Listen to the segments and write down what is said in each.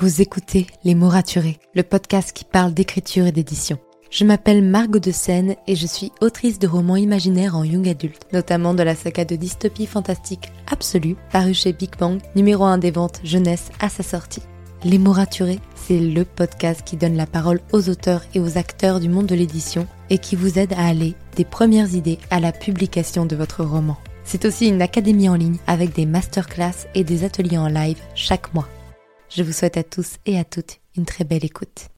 Vous écoutez Les mots raturés, le podcast qui parle d'écriture et d'édition. Je m'appelle Margot de Seine et je suis autrice de romans imaginaires en young adulte, notamment de la saga de dystopie fantastique Absolue, parue chez Big Bang, numéro 1 des ventes jeunesse à sa sortie. Les mots raturés, c'est le podcast qui donne la parole aux auteurs et aux acteurs du monde de l'édition et qui vous aide à aller des premières idées à la publication de votre roman. C'est aussi une académie en ligne avec des masterclass et des ateliers en live chaque mois. Je vous souhaite à tous et à toutes une très belle écoute.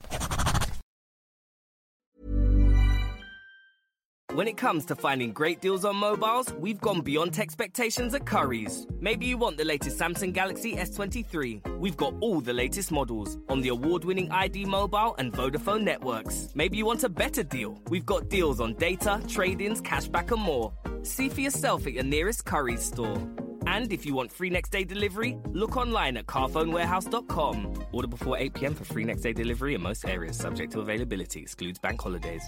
When it comes to finding great deals on mobiles, we've gone beyond expectations at Currys. Maybe you want the latest Samsung Galaxy S23. We've got all the latest models on the award-winning ID Mobile and Vodafone networks. Maybe you want a better deal. We've got deals on data, trade-ins, cashback and more. See for yourself at your nearest Currys store. And if you want free next day delivery, look online at carphonewarehouse.com. Order before 8 p.m. for free next day delivery in most areas, subject to availability, excludes bank holidays.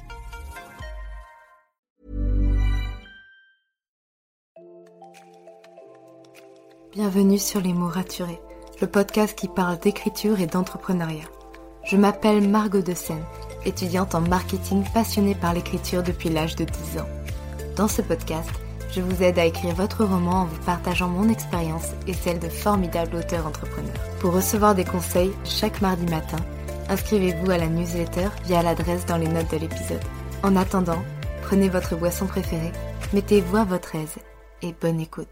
Bienvenue sur Les mots raturés, le podcast qui parle d'écriture et d'entrepreneuriat. Je m'appelle Margot de Seine, étudiante en marketing passionnée par l'écriture depuis l'âge de 10 ans. Dans ce podcast, je vous aide à écrire votre roman en vous partageant mon expérience et celle de formidables auteurs entrepreneurs. Pour recevoir des conseils chaque mardi matin, inscrivez-vous à la newsletter via l'adresse dans les notes de l'épisode. En attendant, prenez votre boisson préférée, mettez-vous à votre aise et bonne écoute.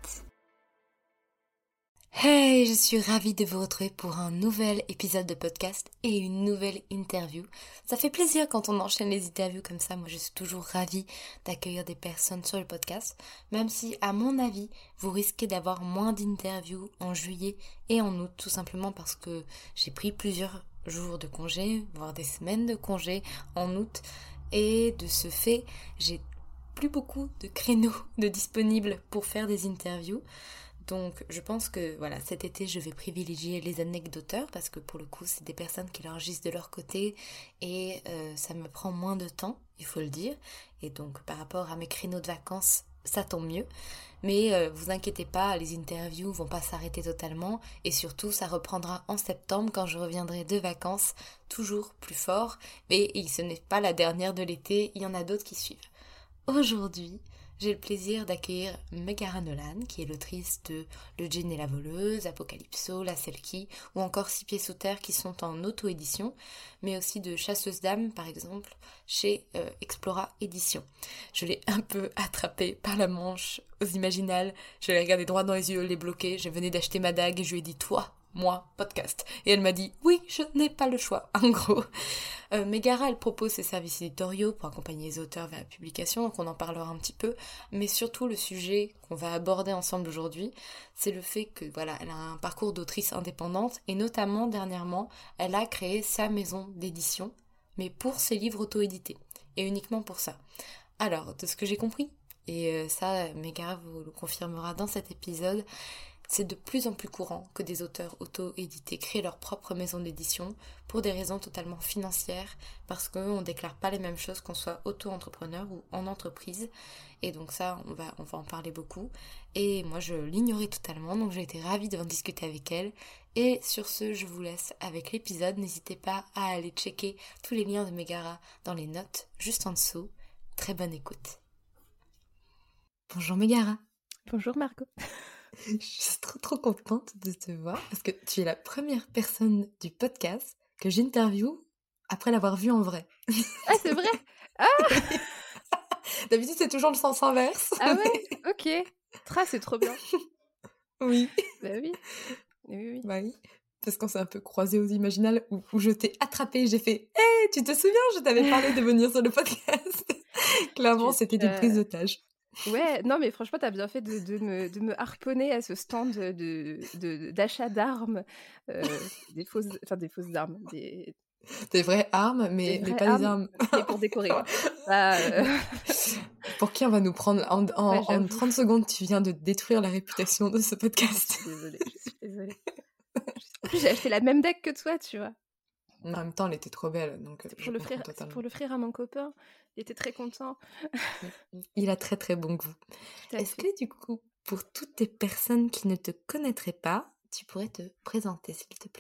Hey, je suis ravie de vous retrouver pour un nouvel épisode de podcast et une nouvelle interview. Ça fait plaisir quand on enchaîne les interviews comme ça. Moi, je suis toujours ravie d'accueillir des personnes sur le podcast, même si, à mon avis, vous risquez d'avoir moins d'interviews en juillet et en août, tout simplement parce que j'ai pris plusieurs jours de congé, voire des semaines de congé en août, et de ce fait, j'ai plus beaucoup de créneaux de disponibles pour faire des interviews. Donc je pense que voilà, cet été je vais privilégier les anecdoteurs parce que pour le coup c'est des personnes qui l'enregistrent de leur côté et ça me prend moins de temps, il faut le dire. Et donc par rapport à mes créneaux de vacances, ça tombe mieux. Mais vous inquiétez pas, les interviews vont pas s'arrêter totalement et surtout ça reprendra en septembre quand je reviendrai de vacances, toujours plus fort. Mais ce n'est pas la dernière de l'été, il y en a d'autres qui suivent. Aujourd'hui, j'ai le plaisir d'accueillir Megara Nolan, qui est l'autrice de Le Djinn et la voleuse, Apocalypso, La Selkie, ou encore Six pieds sous terre qui sont en auto-édition, mais aussi de Chasseuse d'âmes, par exemple, chez Explora Édition. Je l'ai un peu attrapée par la manche aux Imaginales, je l'ai regardé droit dans les yeux, je l'ai bloquée, je venais d'acheter ma dague et je lui ai dit « Toi, moi, podcast ». Et elle m'a dit « Oui, je n'ai pas le choix », en gros. Megara, elle propose ses services éditoriaux pour accompagner les auteurs vers la publication, donc on en parlera un petit peu, mais surtout le sujet qu'on va aborder ensemble aujourd'hui, c'est le fait que voilà, elle a un parcours d'autrice indépendante et notamment dernièrement, elle a créé sa maison d'édition, mais pour ses livres auto-édités et uniquement pour ça. Alors, de ce que j'ai compris, et ça, Megara vous le confirmera dans cet épisode, c'est de plus en plus courant que des auteurs auto-édités créent leur propre maison d'édition pour des raisons totalement financières, parce qu'on ne déclare pas les mêmes choses qu'on soit auto-entrepreneur ou en entreprise. Et donc ça, on va en parler beaucoup. Et moi, je l'ignorais totalement, donc j'ai été ravie d'en discuter avec elle. Et sur ce, je vous laisse avec l'épisode. N'hésitez pas à aller checker tous les liens de Megara dans les notes, juste en dessous. Très bonne écoute. Bonjour Megara. Bonjour Margot. Je suis trop contente de te voir parce que tu es la première personne du podcast que j'interviewe après l'avoir vue en vrai. Ah, c'est vrai? Ah, D'habitude, c'est toujours le sens inverse. ah ouais? Ok. C'est trop bien. Oui. Bah oui. Oui. Bah oui. Parce qu'on s'est un peu croisés aux Imaginales où je t'ai attrapée et j'ai fait « Hey, tu te souviens, je t'avais parlé de venir sur le podcast ?» Clairement, c'était une prise d'otage. Ouais, non mais franchement, t'as bien fait de me harponner à ce stand d'achat d'armes, des fausses armes, Des vraies armes, mais vraies pas armes, des armes. mais pour décorer, quoi. Bah, Pour qui on va nous prendre ouais, en 30 secondes, tu viens de détruire la réputation de ce podcast. Je suis désolée. En plus, j'ai acheté la même deck que toi, tu vois. En même temps, elle était trop belle, donc C'est pour l'offrir à mon copain. Il était très content. Il a très très bon goût. Est-ce que du coup, pour toutes les personnes qui ne te connaîtraient pas, tu pourrais te présenter, s'il te plaît?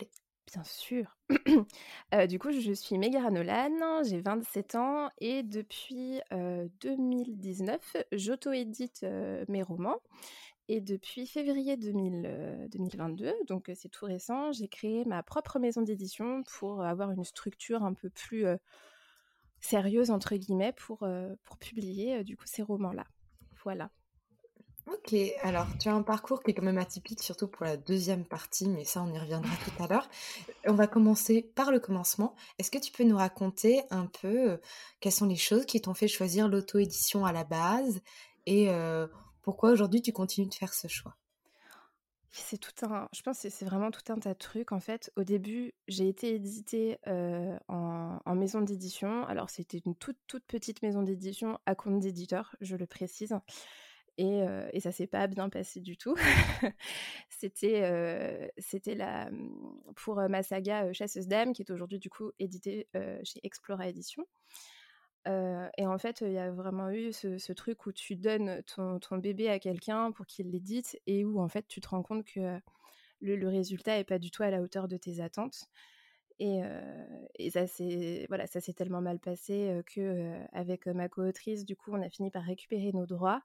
Bien sûr. Du coup, je suis Megara Nolan, j'ai 27 ans et depuis, 2019, j'auto-édite, mes romans et depuis février 2022, donc c'est tout récent, j'ai créé ma propre maison d'édition pour avoir une structure un peu plus, «sérieuse» entre guillemets pour publier, du coup ces romans-là. Voilà. OK, alors tu as un parcours qui est quand même atypique, surtout pour la deuxième partie, mais ça, on y reviendra tout à l'heure. On va commencer par le commencement. Est-ce que tu peux nous raconter un peu, quelles sont les choses qui t'ont fait choisir l'auto-édition à la base et pourquoi aujourd'hui tu continues de faire ce choix? C'est tout un je pense que c'est vraiment tout un tas de trucs, en fait. Au début, j'ai été éditée, en maison d'édition. Alors c'était une toute, toute petite maison d'édition à compte d'éditeur, je le précise et ça s'est pas bien passé du tout. C'était pour, ma saga, Chasseuse d'âmes qui est aujourd'hui, du coup, éditée, chez Explora Éditions. Et en fait, il y a vraiment eu ce truc où tu donnes ton bébé à quelqu'un pour qu'il l'édite et où en fait tu te rends compte que le résultat est pas du tout à la hauteur de tes attentes. Et ça s'est voilà, ça s'est tellement mal passé, avec ma co-autrice, du coup, on a fini par récupérer nos droits.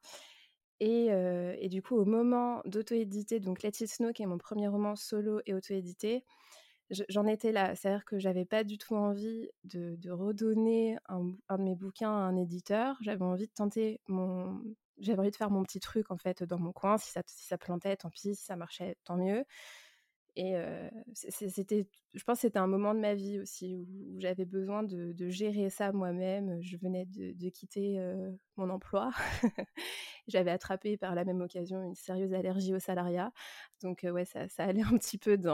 Et du coup, au moment d'auto-éditer, donc Let It Snow, qui est mon premier roman solo et auto-édité, j'en étais là. C'est-à-dire que j'avais pas du tout envie de redonner un de mes bouquins à un éditeur. J'avais envie de tenter j'avais envie de faire mon petit truc, en fait, dans mon coin. Si ça plantait, tant pis. Si ça marchait, tant mieux. Et c'était je pense que c'était un moment de ma vie aussi où j'avais besoin de gérer ça moi-même. Je venais de quitter, mon emploi. J'avais attrapé par la même occasion une sérieuse allergie au salariat. Donc ouais, ça allait un petit peu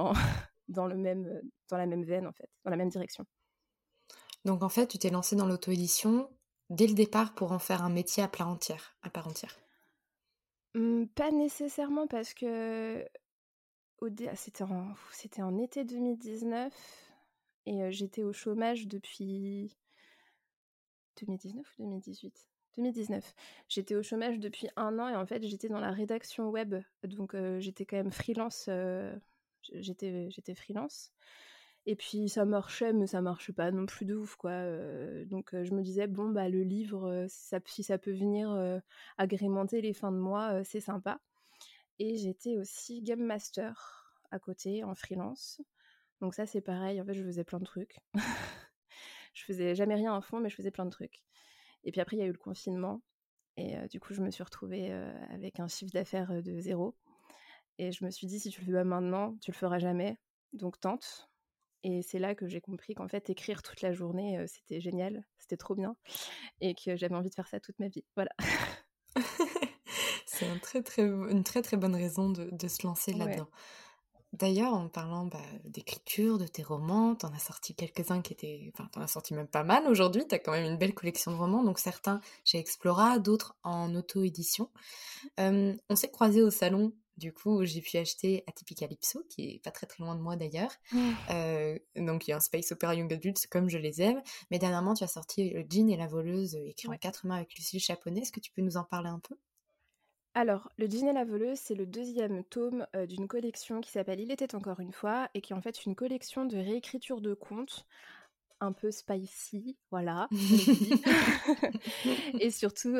dans la même veine, en fait, dans la même direction. Donc en fait, tu t'es lancée dans l'auto-édition dès le départ pour en faire un métier à part entière? Pas nécessairement parce que c'était en été 2019 et j'étais au chômage depuis 2019 ou 2018? 2019. J'étais au chômage depuis 1 an et en fait, j'étais dans la rédaction web, donc j'étais quand même freelance, j'étais freelance et puis ça marchait, mais ça marchait pas non plus de ouf, quoi, donc je me disais: «Bon, bah, le livre, si ça peut venir, agrémenter les fins de mois, c'est sympa» et j'étais aussi game master à côté en freelance, donc ça, c'est pareil, en fait, je faisais plein de trucs. Je faisais jamais rien à fond, mais je faisais plein de trucs. Et puis après, il y a eu le confinement. Et du coup, je me suis retrouvée avec un chiffre d'affaires de zéro. Et je me suis dit, si tu le fais pas maintenant, tu le feras jamais. Donc tente. Et c'est là que j'ai compris qu'en fait, écrire toute la journée, c'était génial, c'était trop bien. Et que j'avais envie de faire ça toute ma vie. Voilà. C'est une très, très bonne raison de se lancer Ouais. là-dedans. D'ailleurs, en parlant, d'écriture, de tes romans, t'en as sorti quelques-uns t'en as sorti même pas mal aujourd'hui. T'as quand même une belle collection de romans, donc certains chez Explora, d'autres en auto-édition. On s'est croisés au salon, du coup, où j'ai pu acheter Atypicalypso, qui est pas très très loin de moi d'ailleurs. Donc il y a un space opéra young adult comme je les aime. Mais dernièrement, tu as sorti Le Djinn et la voleuse, écrit en Ouais. 4 mains avec Lucille Chaponnet. Est-ce que tu peux nous en parler un peu? Alors, Le Dîner la voleuse, c'est le deuxième tome d'une collection qui s'appelle Il était encore une fois et qui est en fait une collection de réécriture de contes un peu spicy, voilà, on le dit. Et surtout,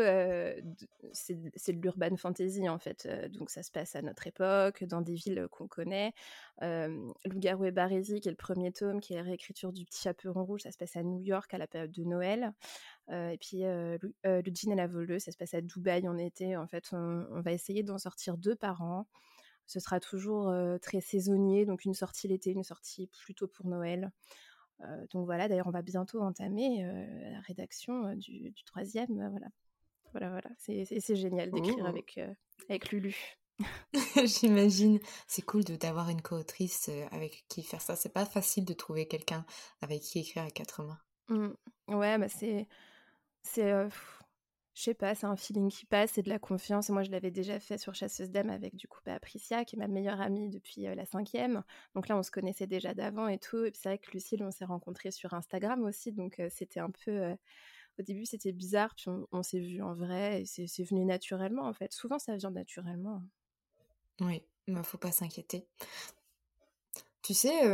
c'est de l'urban fantasy, en fait, donc ça se passe à notre époque, dans des villes qu'on connaît. Loup-garou et Barésie, qui est le premier tome, qui est la réécriture du Petit Chaperon Rouge, ça se passe à New York à la période de Noël. Et puis, Le Djinn et la voleuse, ça se passe à Dubaï en été. En fait, on va essayer d'en sortir 2 par an. Ce sera toujours, très saisonnier, donc une sortie l'été, une sortie plutôt pour Noël. Donc voilà, d'ailleurs, on va bientôt entamer la rédaction du troisième. Voilà, voilà, voilà. C'est génial d'écrire Ouh. avec Lulu. J'imagine. C'est cool d'avoir une co-autrice avec qui faire ça. C'est pas facile de trouver quelqu'un avec qui écrire à 4 mains. Mm. Ouais, bah c'est je sais pas, c'est un feeling qui passe, c'est de la confiance. Et moi, je l'avais déjà fait sur Chasseuse d'âmes avec du coup Patricia, qui est ma meilleure amie depuis la cinquième. Donc là, on se connaissait déjà d'avant et tout. Et puis c'est vrai que Lucille, on s'est rencontrés sur Instagram aussi. Donc c'était un peu. Au début, c'était bizarre. Puis on s'est vus en vrai et c'est venu naturellement en fait. Souvent, ça vient naturellement. Oui, mais faut pas s'inquiéter. Tu sais,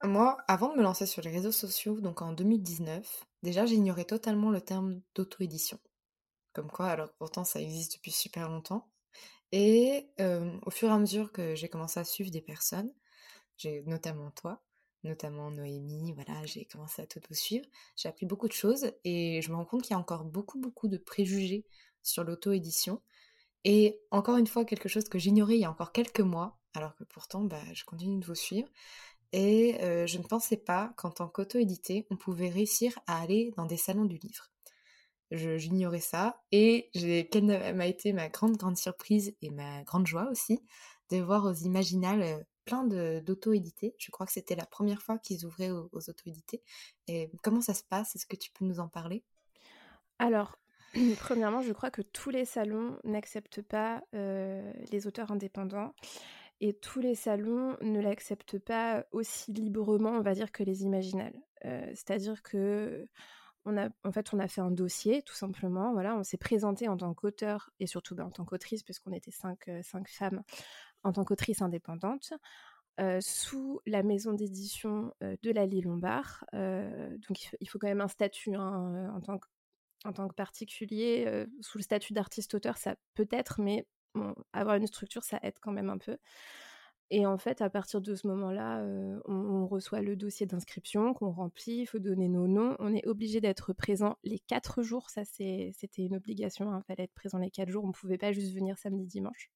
Moi, avant de me lancer sur les réseaux sociaux, donc en 2019, déjà j'ignorais totalement le terme d'auto-édition. Comme quoi, alors que pourtant ça existe depuis super longtemps. Et au fur et à mesure que j'ai commencé à suivre des personnes, j'ai notamment toi, notamment Noémie, voilà, j'ai commencé à tout vous suivre. J'ai appris beaucoup de choses et je me rends compte qu'il y a encore beaucoup, beaucoup de préjugés sur l'auto-édition. Et encore une fois, quelque chose que j'ignorais il y a encore quelques mois, alors que pourtant, bah, je continue de vous suivre. Et je ne pensais pas qu'en tant qu'auto-édité, on pouvait réussir à aller dans des salons du livre. J'ignorais ça et quelle m'a été ma grande, grande surprise et ma grande joie aussi de voir aux Imaginales plein d'auto-édités. Je crois que c'était la première fois qu'ils ouvraient aux auto-édités. Et comment ça se passe? Est-ce que tu peux nous en parler? Alors, premièrement, je crois que tous les salons n'acceptent pas les auteurs indépendants et tous les salons ne l'acceptent pas aussi librement, on va dire, que les Imaginales. C'est-à-dire que on a fait un dossier, tout simplement. Voilà, on s'est présenté en tant qu'auteur et surtout en tant qu'autrice, puisqu'on était cinq femmes en tant qu'autrice indépendante, sous la maison d'édition de Lalie Lombard. Donc il faut quand même un statut hein, en tant que particulier, sous le statut d'artiste-auteur, ça peut être, mais bon, avoir une structure, ça aide quand même un peu. Et en fait, à partir de ce moment-là, on reçoit le dossier d'inscription qu'on remplit, il faut donner nos noms. On est obligé d'être présent les 4 jours, ça c'était une obligation, il fallait être présent les 4 jours, on ne pouvait pas juste venir samedi, dimanche.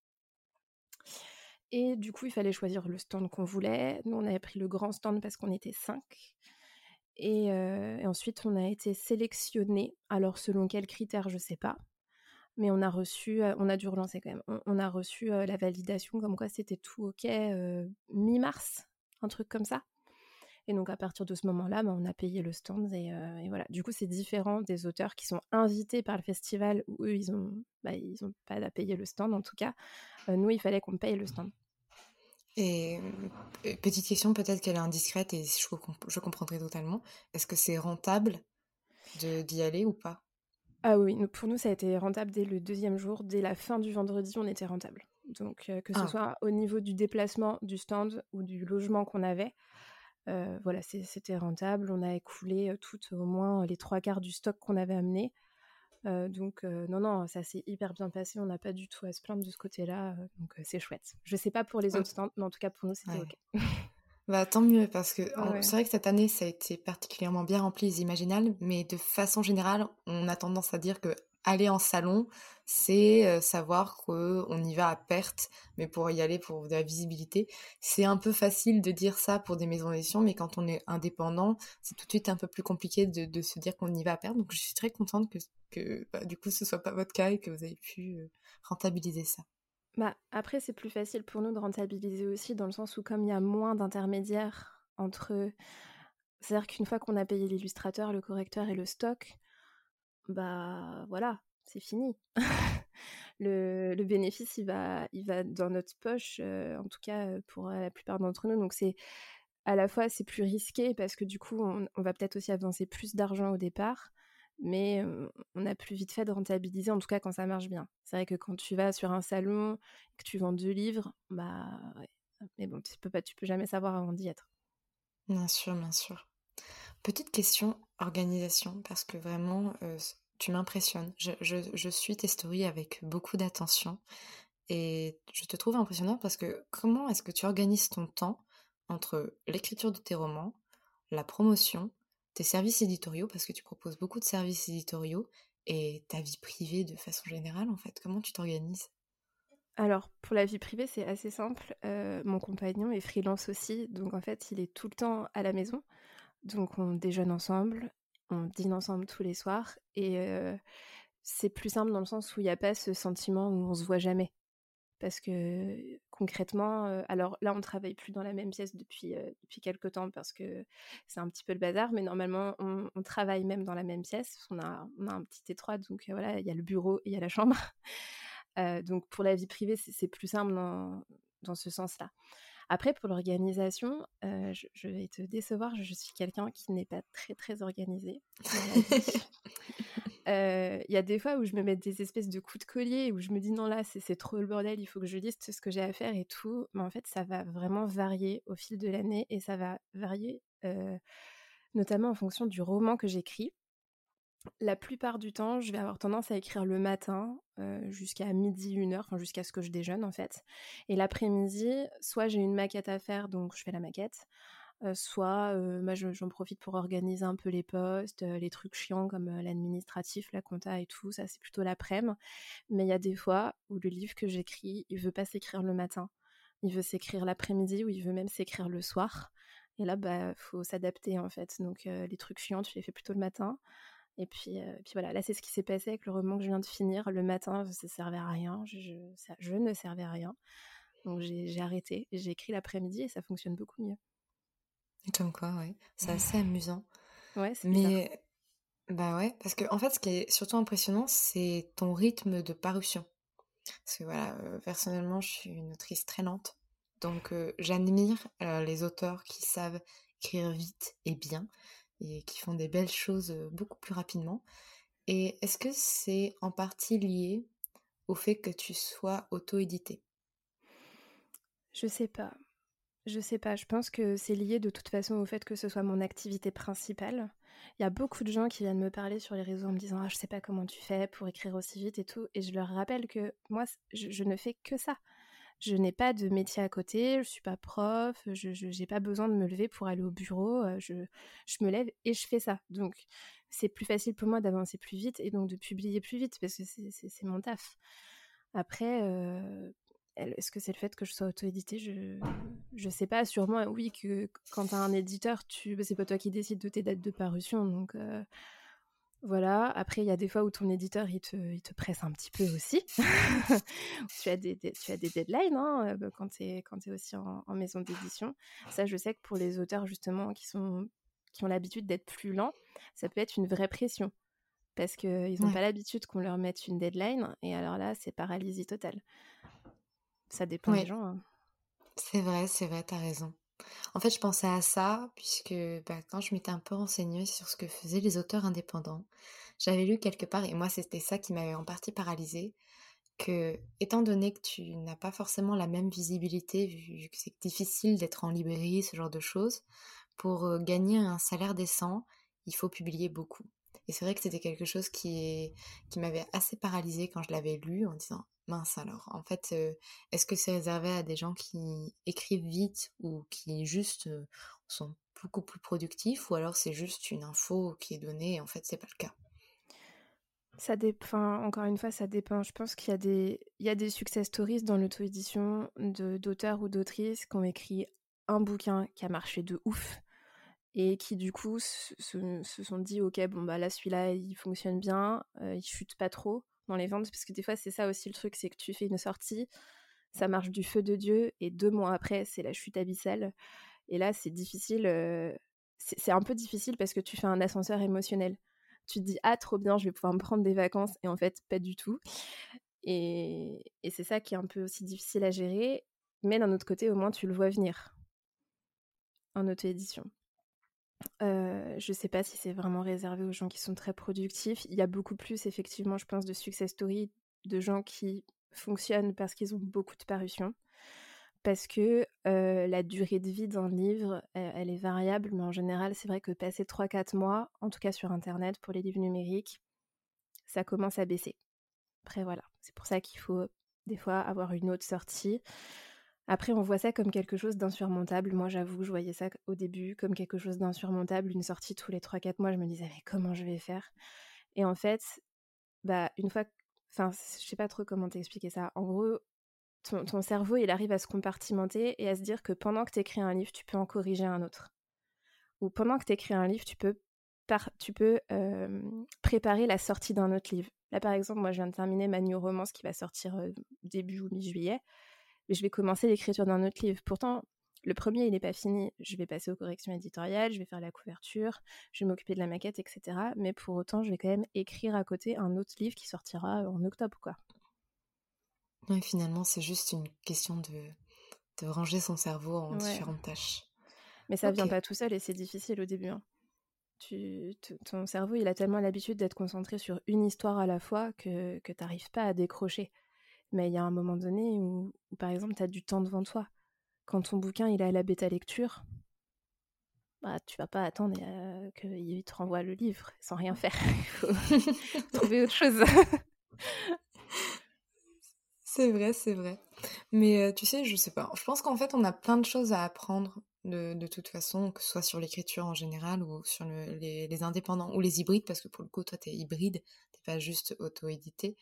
Et du coup, il fallait choisir le stand qu'on voulait. Nous, on avait pris le grand stand parce qu'on était 5. Et ensuite, on a été sélectionnés. Alors, selon quels critères, je ne sais pas. Mais on a dû relancer quand même. On a reçu la validation comme quoi c'était tout OK mi-mars, un truc comme ça. Et donc, à partir de ce moment-là, on a payé le stand et voilà. Du coup, c'est différent des auteurs qui sont invités par le festival où eux, ils ont pas à payer le stand en tout cas. Nous, il fallait qu'on paye le stand. Et petite question, peut-être qu'elle est indiscrète et je comprendrai totalement. Est-ce que c'est rentable d'y aller ou pas? Ah oui, pour nous, ça a été rentable dès le 2e jour. Dès la fin du vendredi, on était rentable. Donc, que ce Ah, soit au niveau du déplacement, du stand ou du logement qu'on avait, voilà, c'était rentable. On a écoulé au moins les 3/4 du stock qu'on avait amené. Donc, non, ça s'est hyper bien passé. On n'a pas du tout à se plaindre de ce côté-là. Donc, c'est chouette. Je sais pas pour les autres stands, mais en tout cas, pour nous, c'était ouais. OK. Bah, tant mieux parce que Ouais. c'est vrai que cette année, ça a été particulièrement bien rempli les Imaginales, mais de façon générale, on a tendance à dire que aller en salon, c'est savoir qu'on y va à perte, mais pour y aller pour de la visibilité. C'est un peu facile de dire ça pour des maisons d'édition, mais quand on est indépendant, c'est tout de suite un peu plus compliqué de se dire qu'on y va à perte. Donc je suis très contente que bah, du coup ce soit pas votre cas et que vous avez pu rentabiliser ça. Après, c'est plus facile pour nous de rentabiliser aussi, dans le sens où comme il y a moins d'intermédiaires entre. C'est-à-dire qu'une fois qu'on a payé l'illustrateur, le correcteur et le stock, bah voilà, c'est fini. Le bénéfice, il va dans notre poche, en tout cas pour la plupart d'entre nous. Donc à la fois, c'est plus risqué parce que du coup, on va peut-être aussi avancer plus d'argent au départ, mais on a plus vite fait de rentabiliser, en tout cas quand ça marche bien. C'est vrai que quand tu vas sur un salon, que tu vends 2 livres, bah ouais. Mais bon, tu peux jamais savoir avant d'y être. Bien sûr, bien sûr. Petite question organisation, parce que vraiment, tu m'impressionnes. Je suis tes stories avec beaucoup d'attention et je te trouve impressionnante parce que comment est-ce que tu organises ton temps entre l'écriture de tes romans, la promotion, tes services éditoriaux, parce que tu proposes beaucoup de services éditoriaux, et ta vie privée de façon générale, en fait? Comment tu t'organises? Alors, pour la vie privée, c'est assez simple. Mon compagnon est freelance aussi, donc en fait, il est tout le temps à la maison. Donc on déjeune ensemble, on dîne ensemble tous les soirs et c'est plus simple dans le sens où il y a pas ce sentiment où on se voit jamais. Parce que concrètement, alors là, on travaille plus dans la même pièce depuis quelque temps parce que c'est un petit peu le bazar, mais normalement, on travaille même dans la même pièce. On a un petit étroit, donc voilà, il y a le bureau et il y a la chambre. Donc pour la vie privée, c'est plus simple dans ce sens-là. Après, pour l'organisation, je vais te décevoir, je suis quelqu'un qui n'est pas très, très organisé dans la vie. il y a des fois où je me mets des espèces de coups de collier, où je me dis non là c'est trop le bordel, il faut que je liste ce que j'ai à faire et tout. Mais en fait ça va vraiment varier au fil de l'année et ça va varier notamment en fonction du roman que j'écris. La plupart du temps, je vais avoir tendance à écrire le matin jusqu'à midi, 1h, enfin jusqu'à ce que je déjeune en fait. Et l'après-midi, soit j'ai une maquette à faire, donc je fais la maquette, soit j'en profite pour organiser un peu les posts, les trucs chiants comme l'administratif, la compta et tout, ça c'est plutôt l'après-midi. Mais il y a des fois où le livre que j'écris, il veut pas s'écrire le matin, il veut s'écrire l'après-midi ou il veut même s'écrire le soir. Et là, faut s'adapter en fait. Donc les trucs chiants, tu les fais plutôt le matin. Et puis voilà, là c'est ce qui s'est passé avec le roman que je viens de finir. Le matin, ça servait à rien, je ne servais à rien. Donc j'ai arrêté, et j'ai écrit l'après-midi et ça fonctionne beaucoup mieux. Comme quoi, ouais. C'est assez amusant. Ouais, c'est bizarre. Mais, bah ouais, parce que en fait, ce qui est surtout impressionnant, c'est ton rythme de parution. Parce que voilà, personnellement, je suis une autrice très lente. Donc, j'admire les auteurs qui savent écrire vite et bien et qui font des belles choses beaucoup plus rapidement. Et est-ce que c'est en partie lié au fait que tu sois auto-édité? Je sais pas. Je pense que c'est lié de toute façon au fait que ce soit mon activité principale. Il y a beaucoup de gens qui viennent me parler sur les réseaux en me disant « Ah, je sais pas comment tu fais pour écrire aussi vite et tout ». Et je leur rappelle que moi, je ne fais que ça. Je n'ai pas de métier à côté, je suis pas prof, je n'ai pas besoin de me lever pour aller au bureau. Je me lève et je fais ça. Donc, c'est plus facile pour moi d'avancer plus vite et donc de publier plus vite parce que c'est mon taf. Après, est-ce que c'est le fait que je sois auto-éditée? Je sais pas, sûrement oui, que quand tu as un éditeur, c'est pas toi qui décides de tes dates de parution, donc voilà. Après, il y a des fois où ton éditeur, il te presse un petit peu aussi. Tu as des deadlines hein, quand tu es aussi en maison d'édition. Ça, je sais que pour les auteurs justement qui ont l'habitude d'être plus lents, ça peut être une vraie pression. Parce qu'ils n'ont pas l'habitude qu'on leur mette une deadline, et alors là, c'est paralysie totale. Ça dépend des Oui, gens. Hein. c'est vrai, t'as raison. En fait, je pensais à ça puisque quand je m'étais un peu renseignée sur ce que faisaient les auteurs indépendants, j'avais lu quelque part, et moi c'était ça qui m'avait en partie paralysée, que étant donné que tu n'as pas forcément la même visibilité, vu que c'est difficile d'être en librairie, ce genre de choses, pour gagner un salaire décent, il faut publier beaucoup. Et c'est vrai que c'était quelque chose qui m'avait assez paralysée quand je l'avais lu en disant mince alors, en fait, est-ce que c'est réservé à des gens qui écrivent vite ou qui juste sont beaucoup plus productifs, ou alors c'est juste une info qui est donnée et en fait c'est pas le cas. Ça dépend, encore une fois, ça dépend. Je pense qu'il y a des success stories dans l'auto-édition d'auteurs ou d'autrices qui ont écrit un bouquin qui a marché de ouf et qui du coup se sont dit ok bon bah là celui-là il fonctionne bien, il chute pas trop dans les ventes, parce que des fois c'est ça aussi le truc, c'est que tu fais une sortie, ça marche du feu de Dieu et 2 mois après c'est la chute abyssale, et là c'est difficile, c'est un peu difficile parce que tu fais un ascenseur émotionnel. Tu te dis ah trop bien, je vais pouvoir me prendre des vacances, et en fait pas du tout, et c'est ça qui est un peu aussi difficile à gérer, mais d'un autre côté au moins tu le vois venir en auto-édition. Je sais pas si c'est vraiment réservé aux gens qui sont très productifs. Il y a beaucoup plus effectivement, je pense, de success stories de gens qui fonctionnent parce qu'ils ont beaucoup de parutions. Parce que la durée de vie d'un livre, elle est variable, mais en général, c'est vrai que passer 3-4 mois, en tout cas sur internet pour les livres numériques, ça commence à baisser. Après voilà, c'est pour ça qu'il faut des fois avoir une autre sortie. Après, on voit ça comme quelque chose d'insurmontable. Moi, j'avoue, je voyais ça au début comme quelque chose d'insurmontable. Une sortie tous les 3-4 mois, je me disais, mais comment je vais faire? Et en fait, une fois... Enfin, je sais pas trop comment t'expliquer ça. En gros, ton cerveau, il arrive à se compartimenter et à se dire que pendant que t'écris un livre, tu peux en corriger un autre. Ou pendant que t'écris un livre, tu peux préparer la sortie d'un autre livre. Là, par exemple, moi, je viens de terminer ma new romance qui va sortir début ou mi-juillet. Mais je vais commencer l'écriture d'un autre livre. Pourtant, le premier, il n'est pas fini. Je vais passer aux corrections éditoriales, je vais faire la couverture, je vais m'occuper de la maquette, etc. Mais pour autant, je vais quand même écrire à côté un autre livre qui sortira en octobre, quoi. Oui, finalement, c'est juste une question de ranger son cerveau en différentes tâches. Mais ça vient Ok. pas tout seul et c'est difficile au début. Hein. ton cerveau, il a tellement l'habitude d'être concentré sur une histoire à la fois que tu n'arrives pas à décrocher. Mais il y a un moment donné où par exemple, tu as du temps devant toi. Quand ton bouquin il est à la bêta lecture, bah, tu vas pas attendre qu'il te renvoie le livre sans rien faire. Il faut trouver autre chose. C'est vrai, c'est vrai. Mais tu sais, je sais pas. Je pense qu'en fait, on a plein de choses à apprendre de toute façon, que ce soit sur l'écriture en général ou sur les indépendants ou les hybrides, parce que pour le coup, toi, t'es hybride, t'es pas juste auto-édité.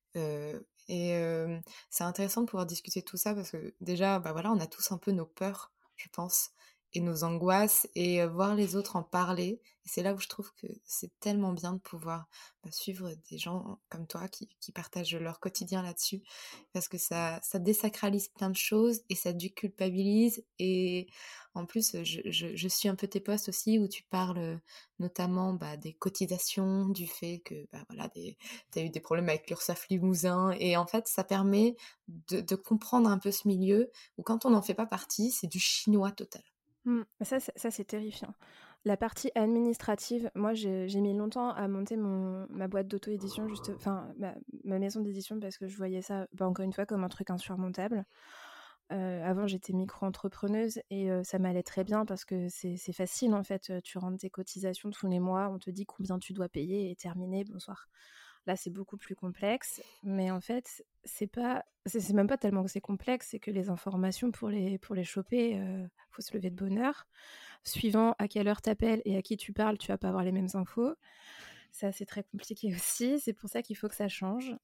Et c'est intéressant de pouvoir discuter de tout ça parce que déjà, bah voilà, on a tous un peu nos peurs, je pense, et nos angoisses, et voir les autres en parler. Et c'est là où je trouve que c'est tellement bien de pouvoir suivre des gens comme toi qui partagent leur quotidien là-dessus, parce que ça désacralise plein de choses et ça déculpabilise. Et en plus, je suis un peu tes posts aussi où tu parles notamment des cotisations, du fait que voilà, t'as eu des problèmes avec l'URSSAF Limousin, et en fait ça permet de comprendre un peu ce milieu où quand on n'en fait pas partie, c'est du chinois total. Ça, c'est terrifiant. La partie administrative, moi, j'ai mis longtemps à monter ma boîte d'auto-édition, enfin, ma maison d'édition, parce que je voyais ça, encore une fois, comme un truc insurmontable. Avant, j'étais micro-entrepreneuse et ça m'allait très bien parce que c'est facile, en fait. Tu rentres tes cotisations tous les mois, on te dit combien tu dois payer et terminé, bonsoir. Là, c'est beaucoup plus complexe, mais en fait, c'est même pas tellement que c'est complexe, c'est que les informations pour les choper, faut se lever de bonne heure. Suivant à quelle heure t'appelles et à qui tu parles, tu vas pas avoir les mêmes infos. Ça, c'est très compliqué aussi. C'est pour ça qu'il faut que ça change